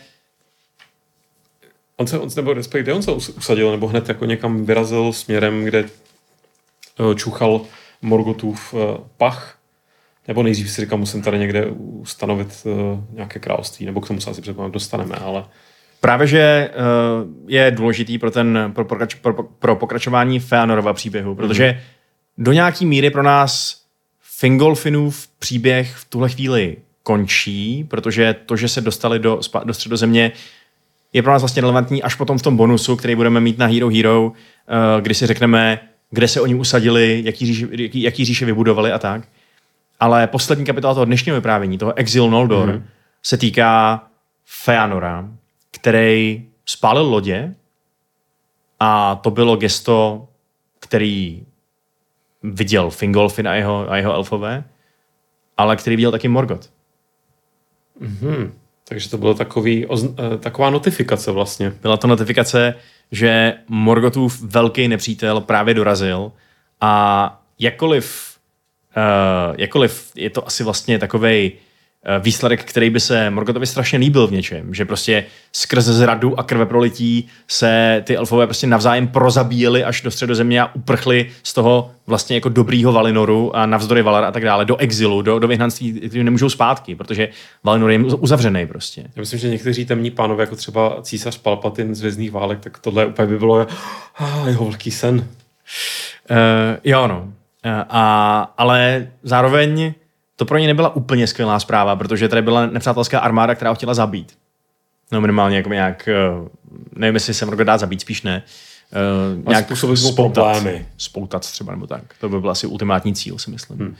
on se, on se nebo respektive, on se usadil nebo hned jako někam vyrazil směrem, kde čuchal Morgothův pach, nebo nejdřív si říkám, musím tady někde ustanovit nějaké království, nebo k tomu se asi předpokládám dostaneme, ale... Právě, že uh, je důležitý pro, ten, pro, pokrač, pro, pro pokračování Fëanorova příběhu, protože mm. do nějaký míry pro nás Fingolfinův příběh v tuhle chvíli končí, protože to, že se dostali do, do Středozemě, je pro nás vlastně relevantní až potom v tom bonusu, který budeme mít na Hero Hero, uh, kdy si řekneme, kde se oni usadili, jaký říše, jaký, jaký říše vybudovali a tak. Ale poslední kapitola toho dnešního vyprávění, toho Exil Noldor, mm. se týká Fëanora, který spálil lodě a to bylo gesto, který viděl Fingolfin a jeho, a jeho elfové, ale který viděl taky Morgoth. Mm-hmm. Takže to bylo takový, taková notifikace vlastně. Byla to notifikace, že Morgothův velký nepřítel právě dorazil a jakkoliv, uh, jakkoliv je to asi vlastně takovej výsledek, který by se Morgothovi strašně líbil v něčem, že prostě skrz zradu a krveprolití se ty elfové prostě navzájem prozabíjeli až do Středozemě a uprchli z toho vlastně jako dobrýho Valinoru a navzdory Valar a tak dále do exilu, do, do vyhnanství, kteří nemůžou zpátky, protože Valinor je uzavřený prostě. Já myslím, že někteří temní pánové, jako třeba císař Palpatine z Hvězdných válek, tak tohle úplně by bylo ah, jeho velký sen. Uh, jo, no. Uh, a, ale zároveň to pro ně nebyla úplně skvělá zpráva, protože tady byla nepřátelská armáda, která ho chtěla zabít. No minimálně jako nějak, nevím, jestli se Morgoth dá zabít, spíš ne. Uh, nějak spoutat, spoutat třeba nebo tak. To by byl asi ultimátní cíl, si myslím. Hmm.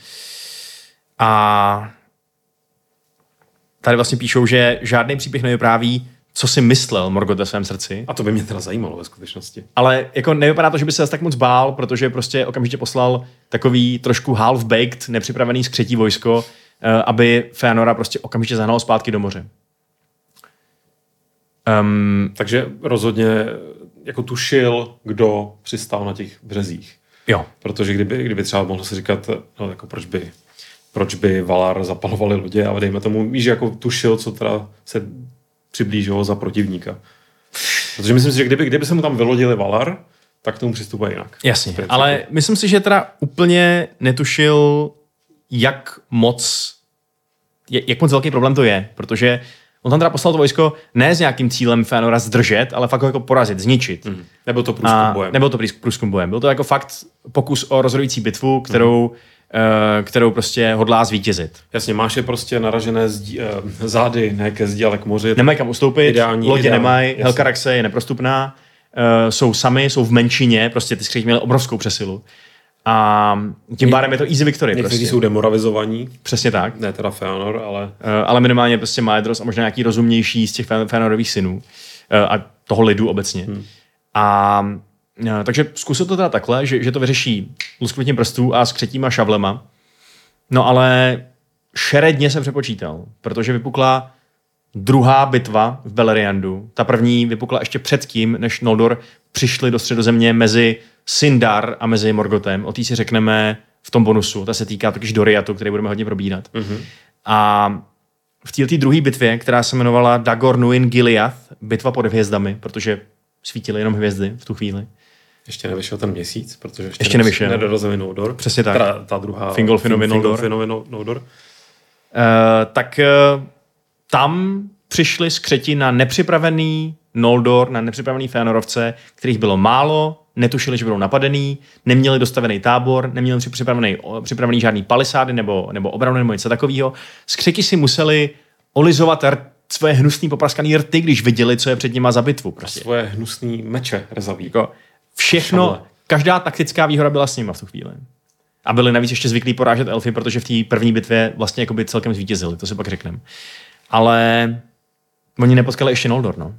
A tady vlastně píšou, že žádný příběh nevypráví, co si myslel Morgoth ve svém srdci. A to by mě teda zajímalo ve skutečnosti. Ale jako nevypadá to, že by se tak moc bál, protože prostě okamžitě poslal takový trošku half-baked, nepřipravený skřetí vojsko, aby Fëanora prostě okamžitě zahnal zpátky do moře. Um, Takže rozhodně jako tušil, kdo přistál na těch březích. Jo. Protože kdyby, kdyby třeba mohl si říkat, no jako proč by, proč by Valar zapalovali lodě a dejme tomu, víš, jako tušil, co teda se přiblížilo za protivníka. Protože myslím si, že kdyby, kdyby se mu tam vylodili Valar, tak k tomu přistupuje jinak. Jasně, ale myslím si, že teda úplně netušil, jak moc, jak moc velký problém to je, protože on tam teda poslal to vojsko ne s nějakým cílem Fëanora zdržet, ale fakt ho jako porazit, zničit. Mm. Nebyl to průzkum bojem. Nebyl to průzkum bojem. Byl to jako fakt pokus o rozhodující bitvu, kterou mm. Uh, kterou prostě hodlá zvítězit. Jasně, máš je prostě naražené zdí, uh, zády, ne ke zdi, ale k moři. Nemají kam ustoupit, ideální, lodě ideální, nemají, Helcaraxe je neprostupná, uh, jsou sami, jsou v menšině, prostě ty skřiky měly obrovskou přesilu. A tím pádem je to easy victory. Někteří prostě. jsou demoravizovaní. Přesně tak. Ne teda Fëanor, ale... Uh, ale minimálně prostě Maedhros a možná nějaký rozumnější z těch Fëanorových synů. Uh, a toho lidu obecně. Hmm. A uh, takže zkusil to teda takhle, že, že to vyřeší lusknutím prstů a skřetíma šavlema. No ale šeredně jsem přepočítal, protože vypukla druhá bitva v Beleriandu. Ta první vypukla ještě předtím, než Noldor přišli do Středozemě mezi Sindar a mezi Morgothem. O té si řekneme v tom bonusu. Ta se týká totiž Doriatu, který budeme hodně probírat. Mm-hmm. A v této druhé bitvě, která se jmenovala Dagor Nuin Gileath, bitva pod hvězdami, protože svítily jenom hvězdy v tu chvíli. Ještě nevyšel ten měsíc, protože ještě, ještě nevyšel. Nedorazili Noldor. Přesně tak. Ta, ta druhá Fingolfinovi Noldor. Noldor. Uh, tak uh, tam přišli skřeti na nepřipravený Noldor, na nepřipravený Fëanorovce, kterých bylo málo, netušili, že budou napadený, neměli dostavený tábor, neměli připravený, připravený žádný palisády nebo, nebo obranu nebo něco takového. Skřeti si museli olizovat rt, svoje hnusný popraskaný rty, když viděli, co je před nima za bitvu. Prostě. A svoje hnusný meče rezaví. Jako všechno, každá taktická výhoda byla s nima v tu chvíli. A byli navíc ještě zvyklí porážet elfy, protože v té první bitvě vlastně jakoby celkem zvítězili, to si pak řekneme. Ale oni nepotkali ještě Noldor, no.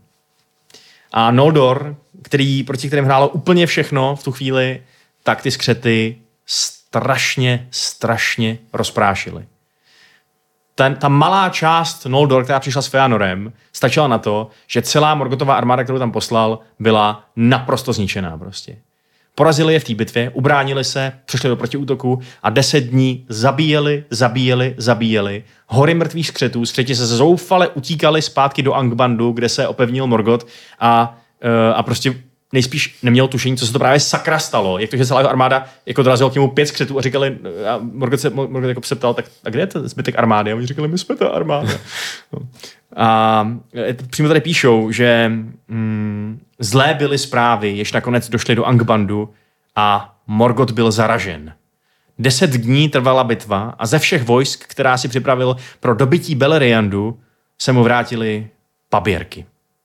A Noldor, který, proti kterým hrálo úplně všechno v tu chvíli, tak ty skřety strašně, strašně rozprášili. ten, ta malá část Noldor, která přišla s Feanorem, stačila na to, že celá Morgothova armáda, kterou tam poslal, byla naprosto zničená prostě. Porazili je v té bitvě, ubránili se, přešli do protiútoku a deset dní zabíjeli, zabíjeli, zabíjeli. Hory mrtvých skřetů, skřeti se zoufale utíkali zpátky do Angbandu, kde se opevnil Morgoth a, uh, a prostě nejspíš neměl tušení, co se to právě sakra stalo. Jak to, že celá armáda jako dorazilo k němu pět skřetů a říkali, a Morgoth se, Morgoth jako se ptal, tak a kde je ten zbytek armády? A oni říkali, my jsme ta armáda. No. A přímo tady píšou, že mm, zlé byly zprávy, jež nakonec došly do Angbandu a Morgoth byl zaražen. Deset dní trvala bitva a ze všech vojsk, která si připravil pro dobytí Beleriandu, se mu vrátily paběrky.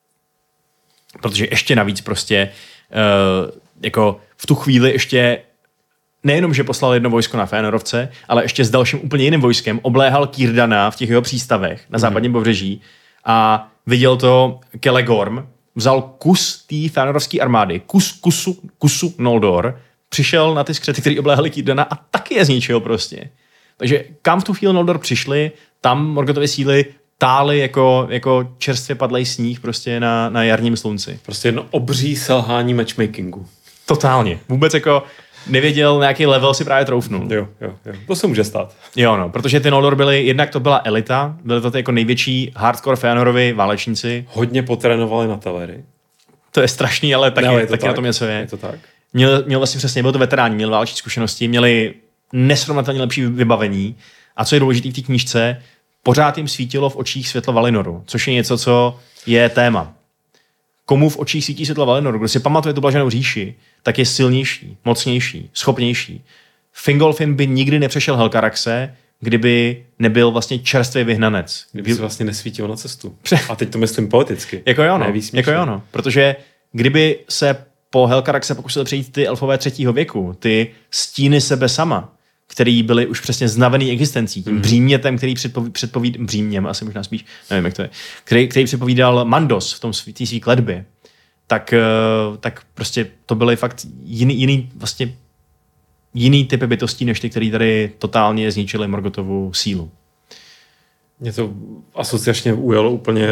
Protože ještě navíc prostě uh, jako v tu chvíli ještě nejenom, že poslal jedno vojsko na Fénorovce, ale ještě s dalším úplně jiným vojskem obléhal Círdana v těch jeho přístavech na západním pobřeží a viděl to Celegorm, vzal kus té Fénorovské armády, kus kusu, kusu Noldor, přišel na ty skřety, který obléhali Círdana a taky je zničil prostě. Takže kam v tu chvíli Noldor přišli, tam Morgothovy síly tály jako, jako čerstvě padlej sníh prostě na, na jarním slunci. Prostě jedno obří selhání matchmakingu. Totálně. Vůbec jako nevěděl, na jaký level si právě troufnul. Jo, jo, jo. To se může stát. Jo, no, protože ty Noldor byly, jednak to byla elita, byly to ty jako největší hardcore Feanorovi válečníci. Hodně potrénovali na Teleri. To je strašný, ale taky, no, taky tak. na tom něco je. Je to tak. Měl, měl vlastně přesně, byl to veteráni, měl váleční zkušenosti, měli nesrovnatelně lepší vybavení. A co je důležité v té knížce, pořád jim svítilo v očích světlo Valinoru, což je něco, co je téma. Komu v očích svítí světlo Valinoru, kdo si pamatuje tu blaženou říši, tak je silnější, mocnější, schopnější. Fingolfin by nikdy nepřešel Helcaraxe, kdyby nebyl vlastně čerstvý vyhnanec. Kdyby si vlastně nesvítil na cestu. A teď to myslím politicky. jako jo, no. Jako jo, no. Protože kdyby se po Helcaraxe pokusili přejít ty elfové třetího věku, ty stíny sebe sama, který byly už přesně znavený existencí, tím mm. břímětem, který předpoví, předpovíd, bříměm, asi možná spíš, nevím, jak to je, který, který předpovídal Mandos v tom té svý kletbě, tak, tak prostě to byly fakt jiný, jiný, vlastně jiný typy bytostí, než ty, který tady totálně zničili Morgothovu sílu. Mě to asociačně ujalo úplně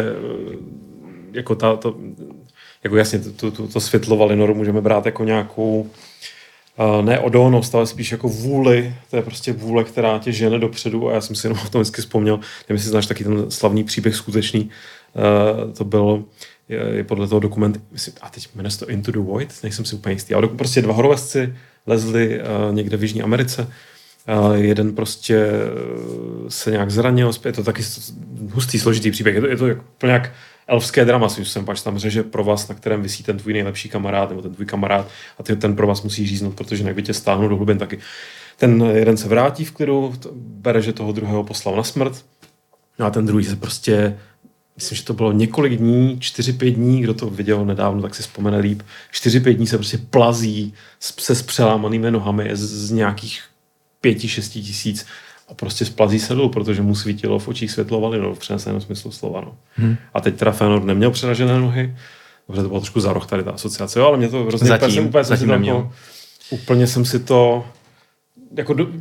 jako ta, to, jako jasně, to, to, to světlo Valinoru můžeme brát jako nějakou Uh, ne odolnost, ale spíš jako vůli. To je prostě vůle, která tě žene dopředu a já jsem si jenom o tom vždycky vzpomněl. Nevím, jestli znáš taky ten slavný příběh skutečný. Uh, to byl je, je podle toho dokument, myslím, a teď jmenuje se to Into the Void, nejsem si úplně jistý, ale prostě dva horolezci lezli uh, někde v Jižní Americe. Uh, jeden prostě uh, se nějak zranil, je to taky hustý, složitý příběh. Je to, je to jako nějak elfské drama, si jsem pač tam řeže provaz, na kterém visí ten tvůj nejlepší kamarád nebo ten tvůj kamarád a ty ten provaz musí říznout, protože jinak by tě stáhnou do hlubin taky. Ten jeden se vrátí v klidu, bere, že toho druhého poslal na smrt, no a ten druhý se prostě, myslím, že to bylo několik dní, čtyři, pět dní, kdo to viděl nedávno, tak si vzpomene líp, čtyři, pět dní se prostě plazí se s přelámanými nohami z, z nějakých pěti, šesti tisíc a prostě splazí se dolů, protože mu svítilo v očích světlo Valinoru v přeneseném smyslu slova. No. Hmm. A teď teda Fëanor neměl přeražené nohy, dobře, to bylo trošku za roh tady ta asociace, jo, ale mě to hrozně zatím, úplně, úplně, zatím jsem to, úplně jsem si to jako do,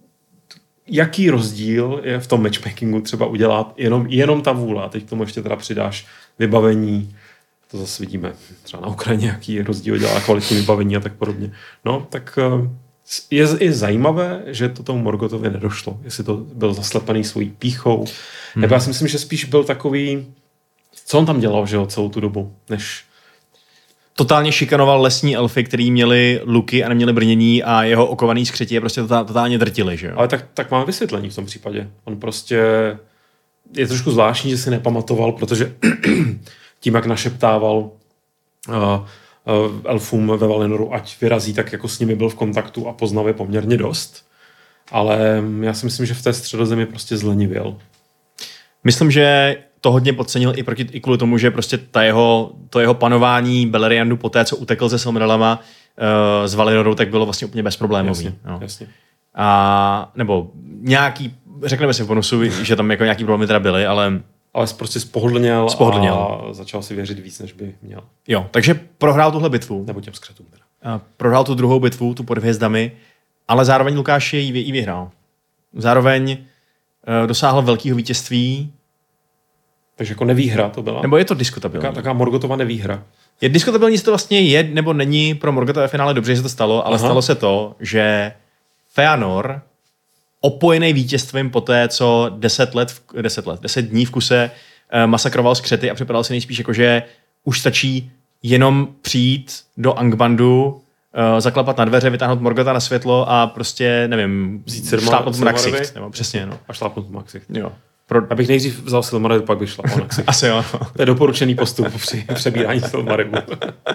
jaký rozdíl je v tom matchmakingu třeba udělat jenom, jenom ta vůle a teď k tomu ještě teda přidáš vybavení, to zase vidíme třeba na Ukrajině, jaký rozdíl dělá kvalitní vybavení a tak podobně. No, tak je, je zajímavé, že to tomu Morgothovi nedošlo. Jestli to byl zaslepený svojí pýchou. Hmm. Nebo já si myslím, že spíš byl takový, co on tam dělal, že jo, celou tu dobu, než totálně šikanoval lesní elfy, který měli luky a neměli brnění a jeho okovaný skřeti je prostě totálně drtili, že jo. Ale tak, tak mám vysvětlení v tom případě. On prostě je trošku zvláštní, že si nepamatoval, protože tím, jak našeptával uh, uh, elfům ve Valinoru, ať vyrazí, tak jako s nimi byl v kontaktu a poznal je poměrně dost. Ale já si myslím, že v té středozemi prostě zlenivěl. Myslím, že to hodně podcenil i, proti, i kvůli tomu, že prostě ta jeho, to jeho panování Beleriandu po té, co utekl se Silmarillama uh, z Valinoru, tak bylo vlastně úplně bezproblémový. Jasně, no. jasně. A, nebo nějaký, řekneme si v bonusu, že tam jako nějaký problémy teda byly, ale ale prostě spohodlněl, spohodlněl a začal si věřit víc, než by měl. Jo, takže prohrál tuhle bitvu. Nebo těm skřetům teda. A prohrál tu druhou bitvu, tu pod hvězdami, ale zároveň Lukáš ji, ji vyhrál. Zároveň dosáhl velkého vítězství. Takže jako nevýhra to byla? Nebo je to diskutabilní? Taká, taká Morgothova nevýhra. Je diskutabilní, jestli to vlastně je nebo není pro Morgothové finále dobře, že se to stalo, ale Aha. stalo se to, že Feanor, opojený vítězstvím po té, co deset let, deset let, deset dní v kuse uh, masakroval skřety a připadal si nejspíš jako, že už stačí jenom přijít do Angbandu, uh, zaklapat na dveře, vytáhnout Morgotha na světlo a prostě, nevím, šlápnout mu na ksicht. Nebo přesně, no. A šlápnout mu na ksicht. Jo. Pro... Abych nejdřív vzal Silmaril, pak bych šlapal na ksicht. Asi jo. To je doporučený postup při přebírání Silmarilu. uh,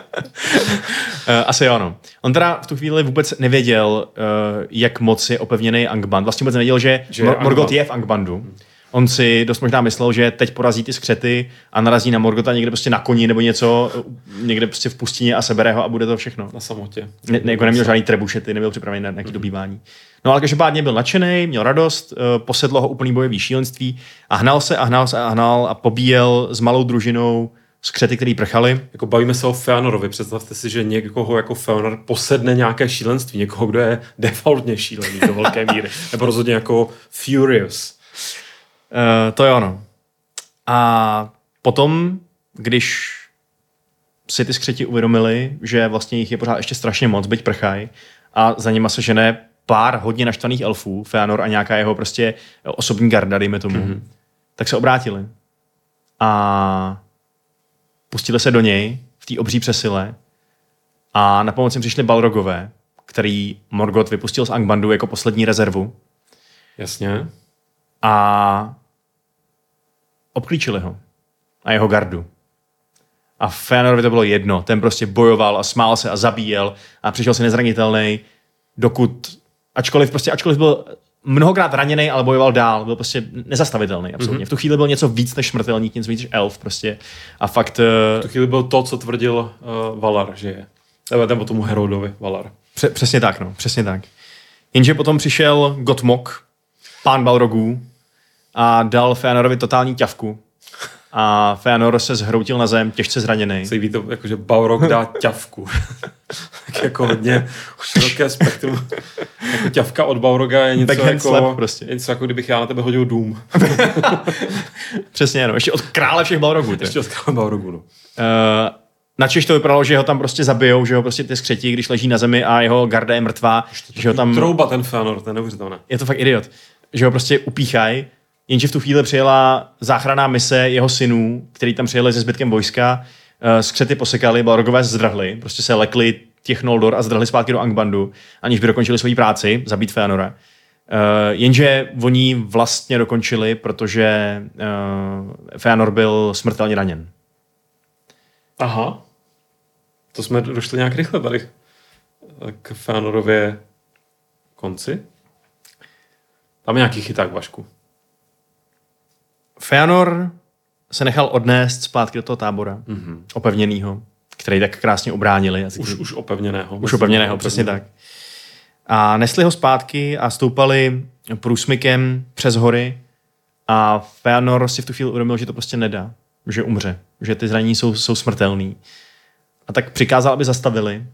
asi jo, no. On teda v tu chvíli vůbec nevěděl, uh, jak moc je opevněný Angband. Vlastně vůbec nevěděl, že, že Mor- Morgoth je v Angbandu. Hmm. On si dost možná myslel, že teď porazí ty skřety a narazí na Morgotha někde prostě na koni nebo něco, někde prostě v pustině a sebere ho a bude to všechno. Na samotě. Ne, ne, jako neměl žádný trebušety, nebyl připravený na nějaké dobývání. No ale každopádně byl nadšený, měl radost, posedlo ho úplný bojový šílenství a hnal se a hnal se a hnal a pobíjel s malou družinou skřety, který prchali. Jako bavíme se o Feanorovi. Představte si, že někoho jako Feanor posedne nějaké šílenství, někoho, kdo je defaultně šílený do velké míry. Nebo rozhodně jako Furious. Uh, to je ono. A potom, když si ty skřeti uvědomili, že vlastně jich je pořád ještě strašně moc, byť prchaj, a za nima se žene pár hodně naštvaných elfů, Feanor a nějaká jeho prostě osobní garda, dejme tomu, mm-hmm. tak se obrátili. A pustili se do něj v té obří přesile a na pomoc jim přišli Balrogové, který Morgoth vypustil z Angbandu jako poslední rezervu. Jasně. A obklíčili ho a jeho gardu. A Feanorovi to bylo jedno. Ten prostě bojoval a smál se a zabíjel a přišel si nezranitelný, dokud, ačkoliv, prostě, ačkoliv byl mnohokrát raněný, ale bojoval dál. Byl prostě nezastavitelný, absolutně. Mm-hmm. V tu chvíli byl něco víc než smrtelník, něco víc než elf prostě. A fakt... V tu chvíli byl to, co tvrdil uh, Valar, že je. Nebo tomu Herodovi Valar. Pře- přesně tak, no. Přesně tak. Jenže potom přišel Gottmog, pán Balrogů, a dal Feanorovi totální ťavku. A Feanor se zhroutil na zem, těžce zraněný. Se ví to, jakože Balrog dá ťavku. Tak jako hodně široké spektrum. Jako ťavka od Balroga je něco jako, prostě. něco jako kdybych já na tebe hodil dům. Přesně, no. Ještě od krále všech Balrogů. Ještě od krále Balrogů, no. Uh, načež to vypadalo, že ho tam prostě zabijou, že ho prostě ty skřeti, když leží na zemi a jeho garda je mrtvá. Že ho tam... Trouba ten Feanor, ten neuvěřitelné. Je to fakt idiot. Že ho prostě upíchají. Jenže v tu chvíli přijela záchranná mise jeho synů, který tam přijeli se zbytkem vojska. Skřety posekali, Balrogové zdrhli, prostě se lekli těch Noldor a zdrhli zpátky do Angbandu, aniž by dokončili svoji práci, zabít Feanora. Jenže oni vlastně dokončili, protože Feanor byl smrtelně raněn. Aha. To jsme došli nějak rychle tady k Feanorově konci. Tam je nějaký chyták, Vašku. Feanor se nechal odnést zpátky do toho tábora, mm-hmm. opevněnýho, který tak krásně ubránili. Už, už opevněného. Už opevněného, přesně tak. A nesli ho zpátky a stoupali průsmykem přes hory a Feanor si v tu chvíli uvědomil, že to prostě nedá, že umře, že ty zranění jsou, jsou smrtelný. A tak přikázal, aby zastavili.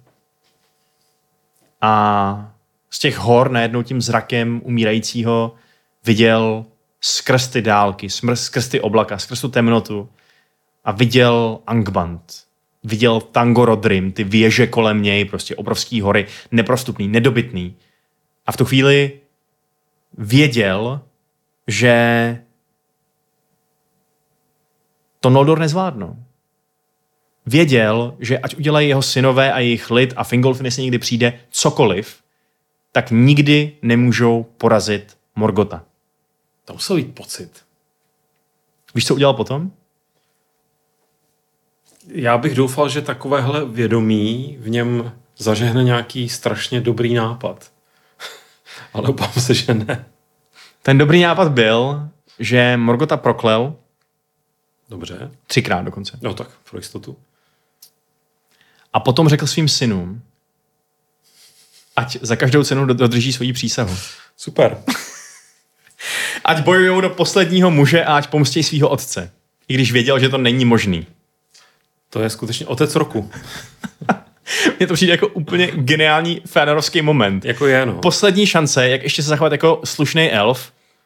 A z těch hor najednou tím zrakem umírajícího viděl skrz ty dálky, skrz ty oblaka, skrz tu temnotu a viděl Angband. Viděl Tangorodrim, ty věže kolem něj, prostě obrovský hory, neprostupný, nedobytný. A v tu chvíli věděl, že to Noldor nezvládnou. Věděl, že ať udělají jeho synové a jejich lid a Fingolfin, jestli někdy přijde cokoliv, tak nikdy nemůžou porazit Morgotha. To musel být pocit. Víš, co udělal potom? Já bych doufal, že takovéhle vědomí v něm zažehne nějaký strašně dobrý nápad. Ale obávám se, že ne. Ten dobrý nápad byl, že Morgotha proklel. Dobře. Třikrát dokonce. No tak, pro jistotu. A potom řekl svým synům, ať za každou cenu dodrží svoji přísahu. Super. Ať bojujou do posledního muže a ať pomstějí svého otce. I když věděl, že to není možný. To je skutečně otec roku. Mně to přijde jako úplně geniální Feanorovský moment. Jako je, no. Poslední šance, jak ještě se zachovat jako slušný elf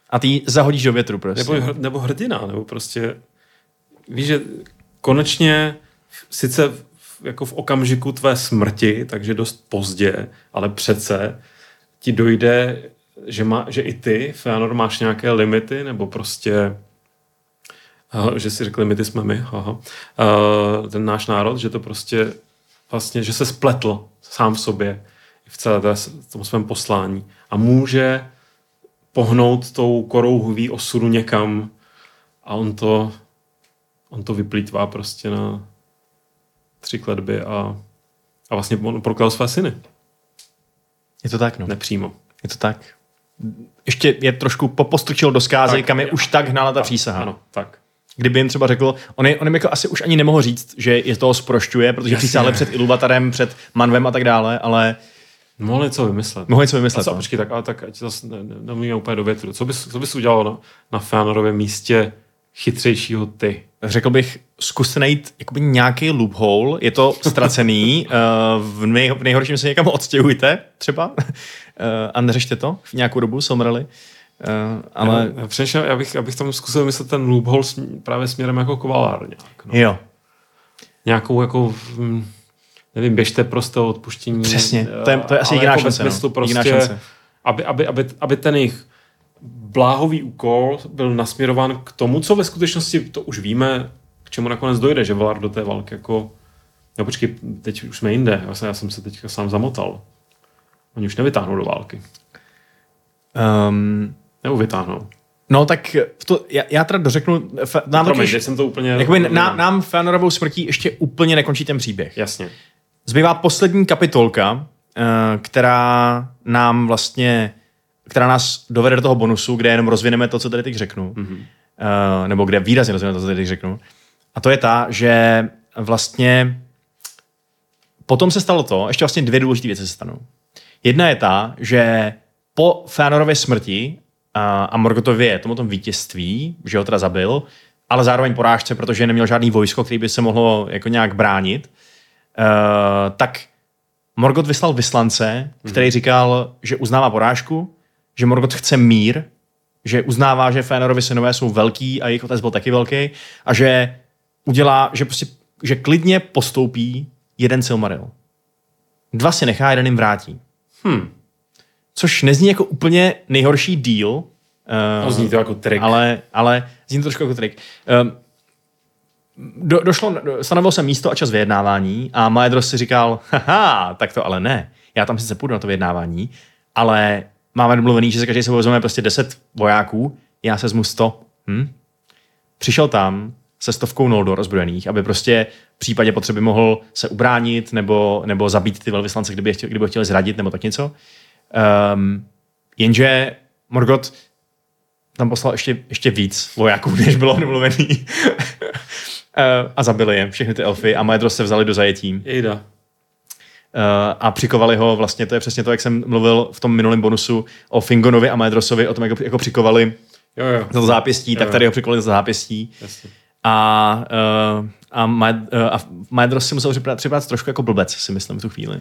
A ty ji zahodíš do větru prostě. Nebo, nebo hrdina, nebo prostě víš, že konečně sice v, jako v okamžiku tvé smrti, takže dost pozdě, ale přece ti dojde, že, má, že i ty, Feanor, máš nějaké limity, nebo prostě aha, že si řekl, limity jsme my, aha, uh, ten náš národ, že to prostě vlastně, že se spletl sám v sobě v celé té, tom svém poslání a může pohnout tou korou huví osudu někam a on to on to vyplýtvá prostě na tři kletby a, a vlastně on proklal své syny. Je to tak, no. Nepřímo. Je to tak. Ještě je trošku popostrčil do zkázy, tak, kam je, je už tak hnala ta tak, přísaha. Ano, tak. Kdyby jim třeba řekl, on, je, on jim jako asi už ani nemohl říct, že je toho sprošťuje, protože přísahali před Ilúvatarem, před Manwem a tak dále, ale mohl něco vymyslet. Mohl něco vymyslet. A co, no. počkej, tak, ale tak ať zase ne, ne, nemluvíme úplně do větru. Co bys, co bys udělal na, na Feanorovém místě chytřejšího ty? Řekl bych, zkuste najít jakoby nějaký loophole, je to ztracený, uh, v, nej, v nejhorším se někam odstěhujte třeba uh, a neřešte to v nějakou dobu, Silmarily. Uh, ale... Já, já, přinešel, já, bych, já bych tam zkusil vymyslet ten loophole sm, právě směrem jako kovalár nějak. No. Jo. Nějakou jako, hm, nevím, běžte prostě o odpuštění. Přesně, to je, to je asi jediná jako šance. Smyslu, No. prostě, jediná šance. Aby, aby, aby, aby ten jejich bláhový úkol byl nasměrován k tomu, co ve skutečnosti, to už víme, k čemu nakonec dojde, že Valar do té války jako... No počkej, teď už jsme jinde, já jsem, já jsem se teďka sám zamotal. Oni už nevytáhnou do války. Um, Nebo vytáhnou. no tak to, já, já teda dořeknu, f, nám, Promiň, totiž, jsem to úplně... jakoby, nám, nám Feanorovou smrtí ještě úplně nekončí ten příběh. Jasně. Zbývá poslední kapitolka, která nám vlastně, která nás dovede do toho bonusu, kde jenom rozvineme to, co tady teď řeknu. Mm-hmm. Nebo kde výrazně rozvineme to, co tady teď řeknu. A to je ta, že vlastně potom se stalo to, ještě vlastně dvě důležité věci se stanou. Jedna je ta, že po Feanorově smrti a, a Morgothově tomu tom vítězství, že ho teda zabil, ale zároveň porážce, protože neměl žádný vojsko, který by se mohlo jako nějak bránit, uh, tak Morgoth vyslal vyslance, který říkal, že uznává porážku, že Morgoth chce mír, že uznává, že Feanorovi synové jsou velký a jejich otec byl taky velký a že udělá, že prostě, že klidně postoupí jeden Silmaril. Dva si nechá, jeden jim vrátí. Hm. Což nezní jako úplně nejhorší deal. Uh, no, zní to jako trik. Ale, ale zní to trošku jako trik. Uh, do, došlo, stanovil se místo a čas vyjednávání a Maedhros si říkal, haha, tak to ale ne. Já tam sice půjdu na to vyjednávání, ale máme domluvený, že se každý sebou vezme prostě deset vojáků, já se zmu sto. Hm? Přišel tam se stovkou Noldor ozbrojených, aby prostě v případě potřeby mohl se ubránit nebo, nebo zabít ty velvyslance, kdyby, chtěl, kdyby ho chtěli zradit nebo tak něco. Um, jenže Morgoth tam poslal ještě, ještě víc vojáků, než bylo domluvený. A zabili je, všechny ty elfy a Maedhros se vzali do zajetí. Jejda. Uh, a přikovali ho, vlastně to je přesně to, jak jsem mluvil v tom minulém bonusu o Fingonovi a Maedhrosovi, o tom, jak ho jako přikovali jo, jo. za to zápěstí, jo, tak tady ho přikovali za zápěstí. Jasně. A, uh, a, Maed, uh, a Maedhros si musel připadat, připadat trošku jako blbec, si myslím, v tu chvíli.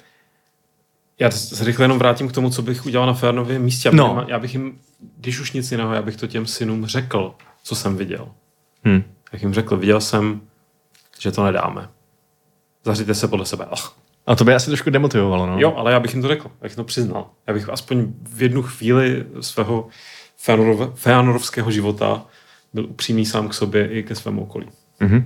Já se rychle jenom vrátím k tomu, co bych udělal na Feanově místě. No. Já bych jim, když už nic jiného, já bych to těm synům řekl, co jsem viděl. Hmm. Jak jim řekl, viděl jsem, že to nedáme. Zařiďte se podle sebe. Ach. A to by asi trošku demotivovalo, no. Jo, ale já bych jim to řekl, já bych to přiznal. Já bych aspoň v jednu chvíli svého Feanor, feanorovského života byl upřímný sám k sobě i ke svému okolí. Mm-hmm.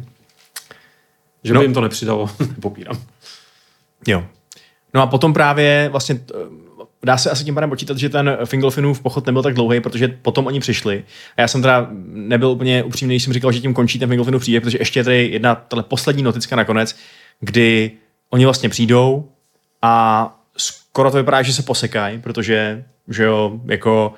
Že no. by jim to nepřidalo, nepopírám. Jo. No a potom právě vlastně dá se asi tím pádem počítat, že ten Fingolfinův pochod nebyl tak dlouhý, protože potom oni přišli. A já jsem teda nebyl úplně upřímný, když jsem říkal, že tím končí ten Fingolfinův příběh, protože ještě je tady jedna tato poslední notická nakonec, kdy oni vlastně přijdou a skoro to vypadá, že se posekají, protože že jo, jako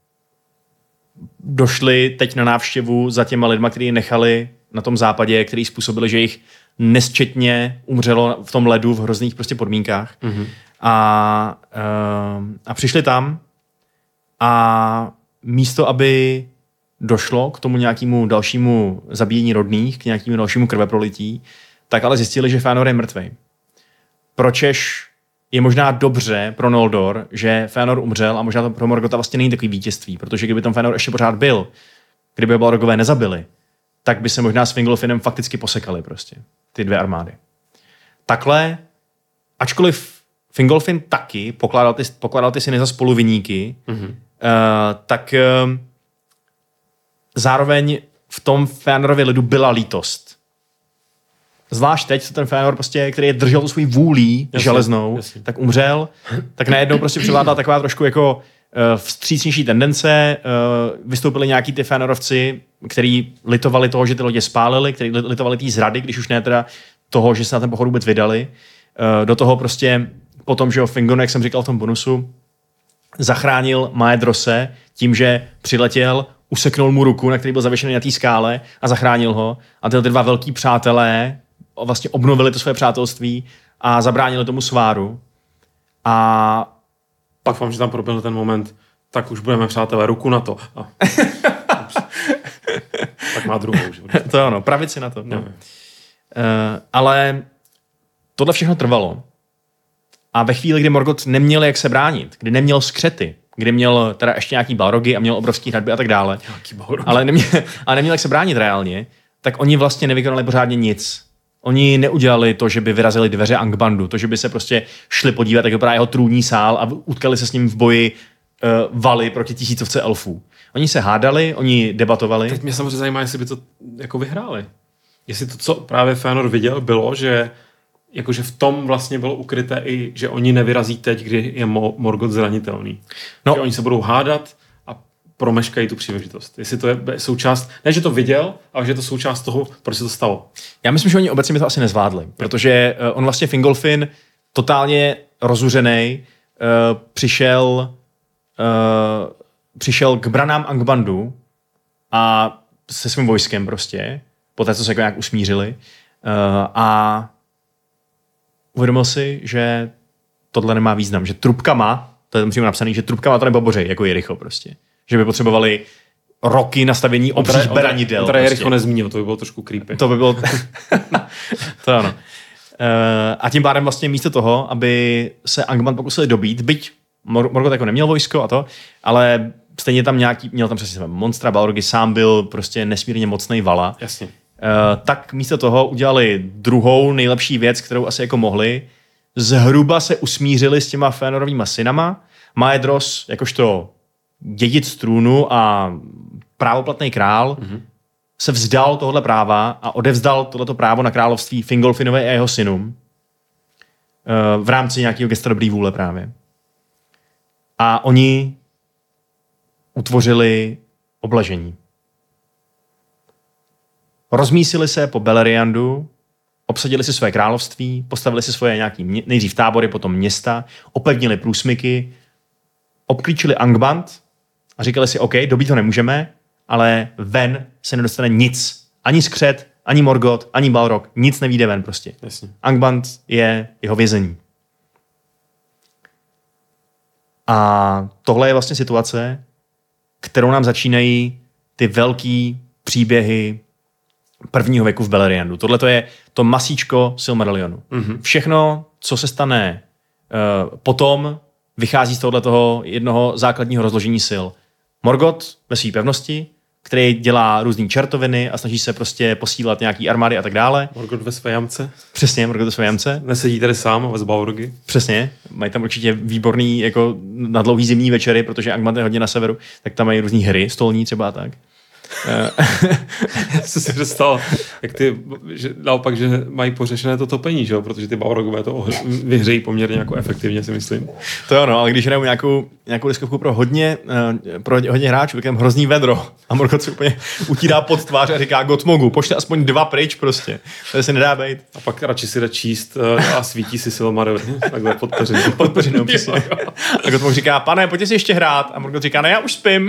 došli teď na návštěvu za těma lidma, kteří nechali na tom západě, který způsobili, že jich nesčetně umřelo v tom ledu v hrozných prostě podmínkách. Mm-hmm. A, uh, a přišli tam a místo, aby došlo k tomu nějakému dalšímu zabíjení rodných, k nějakému dalšímu krveprolití, tak ale zjistili, že Feanor je mrtvej. Pročež je možná dobře pro Noldor, že Fëanor umřel a možná to pro Morgotha vlastně není takový vítězství, protože kdyby tam Fëanor ještě pořád byl, kdyby Balrogové nezabili, tak by se možná s Fingolfinem fakticky posekali prostě, ty dvě armády. Takhle, ačkoliv Fingolfin taky pokládal ty, pokládal ty syny za spoluviníky, mm-hmm. uh, tak uh, zároveň v tom Fëanorově lidu byla lítost. Zvlášť teď, co ten Fëanor prostě, který je držel tu svou vůlí jasně, železnou, jasně. tak umřel, tak najednou prostě převládla taková trošku jako uh, vstřícnější tendence, uh, vystoupili nějaký ty Fëanorovci, který litovali toho, že ty lodě spálili, který litovali té zrady, když už ne teda toho, že se na ten pochod vůbec vydali. Uh, do toho prostě potom, že Fingon, jak jsem říkal v tom bonusu, zachránil Maedrose tím, že přiletěl, useknul mu ruku, na který byl zavěšený na té skále a zachránil ho. A tyhle dva velký přátelé vlastně obnovili to své přátelství a zabránili tomu sváru. A pak vám, že tam proběhl ten moment, tak už budeme přátelé, ruku na to. A... tak má druhou. Že? To je ono, pravici na to. No. Uh, ale tohle všechno trvalo. A ve chvíli, kdy Morgoth neměl jak se bránit, kdy neměl skřety, kdy měl teda ještě nějaký balrogy a měl obrovský hradby a tak dále, ale neměl, ale neměl jak se bránit reálně, tak oni vlastně nevykonali pořádně nic. Oni neudělali to, že by vyrazili dveře Angbandu, to, že by se prostě šli podívat, jak vypadá jeho trůní sál a utkali se s ním v boji uh, valy proti tisícovce elfů. Oni se hádali, oni debatovali. Teď mě samozřejmě zajímá, jestli by to jako vyhráli. Jestli to, co právě Fëanor viděl, bylo, že jakože v tom vlastně bylo ukryté i, že oni nevyrazí teď, kdy je Morgoth zranitelný. No. Že oni se budou hádat a promeškají tu příležitost. Jestli to je součást, ne, že to viděl, ale že je to součást toho, proč se to stalo. Já myslím, že oni obecně by to asi nezvládli, protože on vlastně Fingolfin totálně rozuřenej uh, přišel uh, přišel k branám Angbandu a se svým vojskem prostě, poté, co se jako nějak usmířili uh, a uvědomil si, že tohle nemá význam, že trubkama, to je tam přímo napsaný, že trubkama to nepoboří, jako Jericho prostě. Že by potřebovali roky nastavění obřích beranidel. On teda Jericho prostě nezmínil, to by bylo trošku creepy. To by bylo... to ano. Uh, a tím pádem vlastně místo toho, aby se Angband pokusili dobít, byť Morgoth jako neměl vojsko a to, ale stejně tam nějaký, měl tam přesně monstra, Balrogy, sám byl prostě nesmírně mocnej vala. Jasně. Uh, tak místo toho udělali druhou nejlepší věc, kterou asi jako mohli. Zhruba se usmířili s těma Fëanorovýma synama. Maedhros, jakožto dědic trůnu a právoplatný král, mm-hmm. se vzdal tohle práva a odevzdal tohleto právo na království Fingolfinovi a jeho synům uh, v rámci nějakého gesta dobrý vůle právě. A oni utvořili obležení. Rozmísili se po Beleriandu, obsadili si své království, postavili si svoje nějaký mě, nejdřív tábory, potom města, opevnili průsmyky, obklíčili Angband a říkali si, OK, dobít ho nemůžeme, ale ven se nedostane nic. Ani skřet, ani Morgoth, ani Balrog, nic nevyjde ven prostě. Jasně. Angband je jeho vězení. A tohle je vlastně situace, kterou nám začínají ty velký příběhy prvního věku v Beleriandu. Tohle to je to masíčko Silmarillionu. Mm-hmm. Všechno, co se stane uh, potom, vychází z tohoto jednoho základního rozložení sil. Morgoth ve své pevnosti, který dělá různý čertoviny a snaží se prostě posílat nějaký armády a tak dále. Morgoth ve své jamce. Přesně, Morgoth ve své jamce. Nesedí tady sám a z Balrogy. Přesně, mají tam určitě výborný jako na dlouhý zimní večery, protože Angband je hodně na severu, tak tam mají různý hry, stolní třeba tak. Já jsem si představil, jak ty, že, naopak, že mají pořešené to topení, že jo? Protože ty Balrogové to ohr- vyhřejí poměrně jako efektivně, si myslím. To je ono, ale když hrajou nějakou, nějakou diskovku pro hodně, uh, pro hodně hráčů, tak je hrozný vedro a Morgoth se úplně utírá pod tvář a říká Gottmogu, pošli aspoň dva pryč prostě, to se nedá být. A pak radši si jde číst uh, a svítí si Silmarillion, takhle pod peřinou. Pod peřinou, přesně. A Gottmog říká, pane, pojďte si ještě hrát a Morgoth říká, ne, já už spím.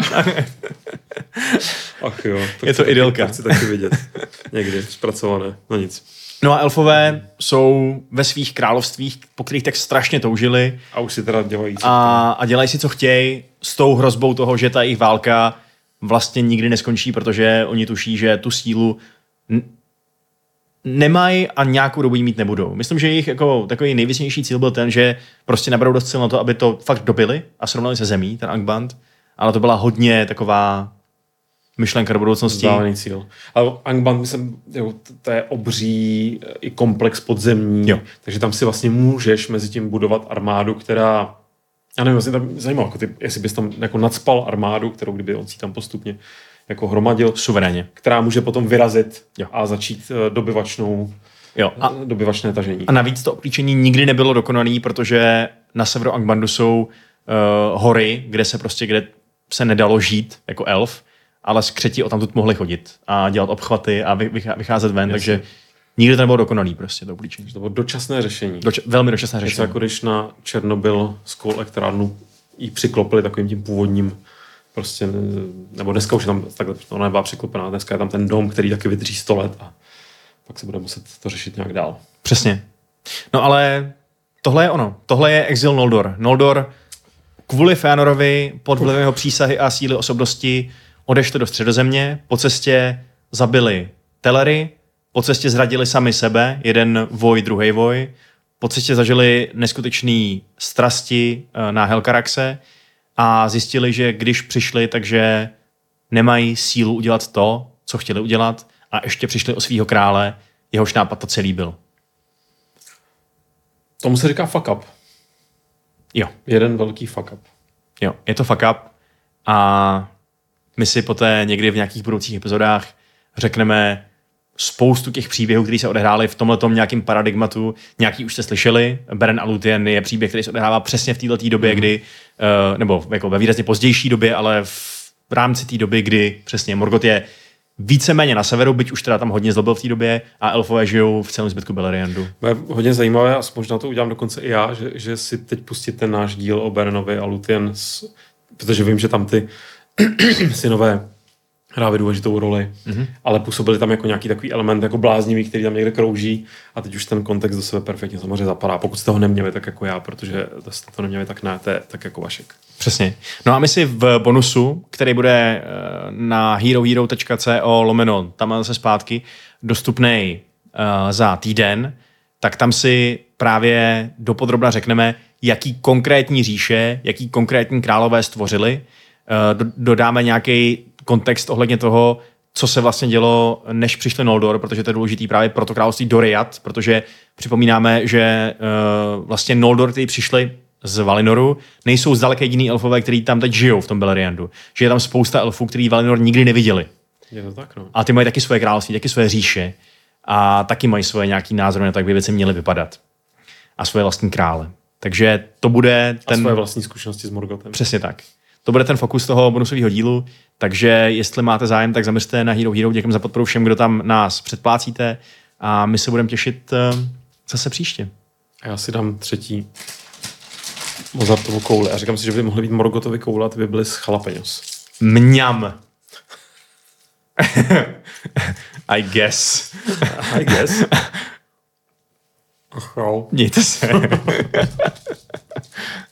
Ach jo, je to idylka. Chci taky vidět. Někdy zpracované, no nic. No a elfové jsou ve svých královstvích, po kterých tak strašně toužili. A už si teda dělají. A, a dělají si, co chtějí, s tou hrozbou toho, že ta jejich válka vlastně nikdy neskončí, protože oni tuší, že tu sílu n- nemají a nějakou dobu jí mít nebudou. Myslím, že jejich jako takový největšnější cíl byl ten, že prostě naberou dost sil na to, aby to fakt dobili a srovnali se zemí, ten Angband, ale to byla hodně taková myšlenka do budoucnosti. Vzdálený cíl. Ale Angband, myslím, jo, to je obří i komplex podzemní, jo. takže tam si vlastně můžeš mezi tím budovat armádu, která, já nevím, vlastně tam zajímalo, jako ty, jestli bys tam jako nacpal armádu, kterou kdyby on si tam postupně jako hromadil. Suverénně. Která může potom vyrazit jo. a začít dobyvačnou, jo. A, dobyvačné tažení. A navíc to obklíčení nikdy nebylo dokonalé, protože na severu Angbandu jsou uh, hory, kde se prostě, kde se nedalo žít jako elf, ale skřeti o tamtud mohli chodit a dělat obchvaty a vycházet ven, Jasně. takže nikdy to nebylo dokonalý prostě to oblíčení. To bylo dočasné řešení. Doč- velmi dočasné řešení. Něco jako když na Černobyl z elektrárnu jí přiklopili takovým tím původním prostě, nebo dneska už je tam takhle, ona nebyla přiklopená, dneska je tam ten dom, který taky vydrží sto let a pak se bude muset to řešit nějak dál. Přesně. No ale tohle je ono. Tohle je exil Noldor. Noldor kvůli Fëanorovi pod vlivem jeho přísahy a síly osobnosti odešli do Středozemě, po cestě zabili Telery, po cestě zradili sami sebe, jeden voj, druhý voj, po cestě zažili neskutečný strasti na Helcaraxe a zjistili, že když přišli, takže nemají sílu udělat to, co chtěli udělat a ještě přišli o svého krále, jehož nápad to celý byl. Tomu se říká fuck up. Jo. Jeden velký fuck up. Jo, je to fuck up a my si poté někdy v nějakých budoucích epizodách řekneme spoustu těch příběhů, které se odehrály v tomhletom nějakým paradigmatu. Nějaký už jste slyšeli. Beren a Luthien je příběh, který se odehrává přesně v této době, mm. kdy, uh, nebo jako ve výrazně pozdější době, ale v rámci té doby, kdy přesně Morgoth je víceméně na severu, byť už teda tam hodně zlobil v té době a elfové žijou v celém zbytku Beleriandu. Je hodně zajímavé a možná to udělám dokonce i já, že, že si teď pustit ten náš díl o Berenovi a Luthien, protože vím, že tam ty synové hráli důležitou roli, mm-hmm. ale působili tam jako nějaký takový element jako bláznivý, který tam někde krouží a teď už ten kontext do sebe perfektně samozřejmě zapadá. Pokud jste ho neměli, tak jako já, protože jste to neměli, tak ne, to je tak jako Vašek. Přesně. No a my si v bonusu, který bude na herohero tečka co lomeno, tam zase zpátky, dostupnej uh, za týden, tak tam si právě dopodrobna řekneme, jaký konkrétní říše, jaký konkrétní králové stvořili. Uh, dodáme nějaký kontext ohledně toho, co se vlastně dělo, než přišli Noldor, protože to je důležitý právě pro to království Doriath, protože připomínáme, že uh, vlastně Noldor, kteří přišli z Valinoru, nejsou zdaleka jediný elfové, kteří tam teď žijou v tom Beleriandu. Že je tam spousta elfů, kteří Valinor nikdy neviděli. Je to tak, no. A ty mají taky svoje království, taky svoje říše a taky mají svoje nějaký názory na to, jak by věci měly vypadat. A svoje vlastní krále. Takže to bude ten... A svoje vlastní zkušenosti s Morgothem. Přesně tak. To bude ten fokus toho bonusového dílu, takže jestli máte zájem, tak zamrzte na Hero Hero. Děkujeme za podporu všem, kdo tam nás předplácíte a my se budeme těšit uh, zase příště. A já si dám třetí Mozartovu kouli a říkám si, že by mohly být Morgothovy koule a ty by byly z jalapeňos. Mňam. I guess. I guess. Ach, Mějte se.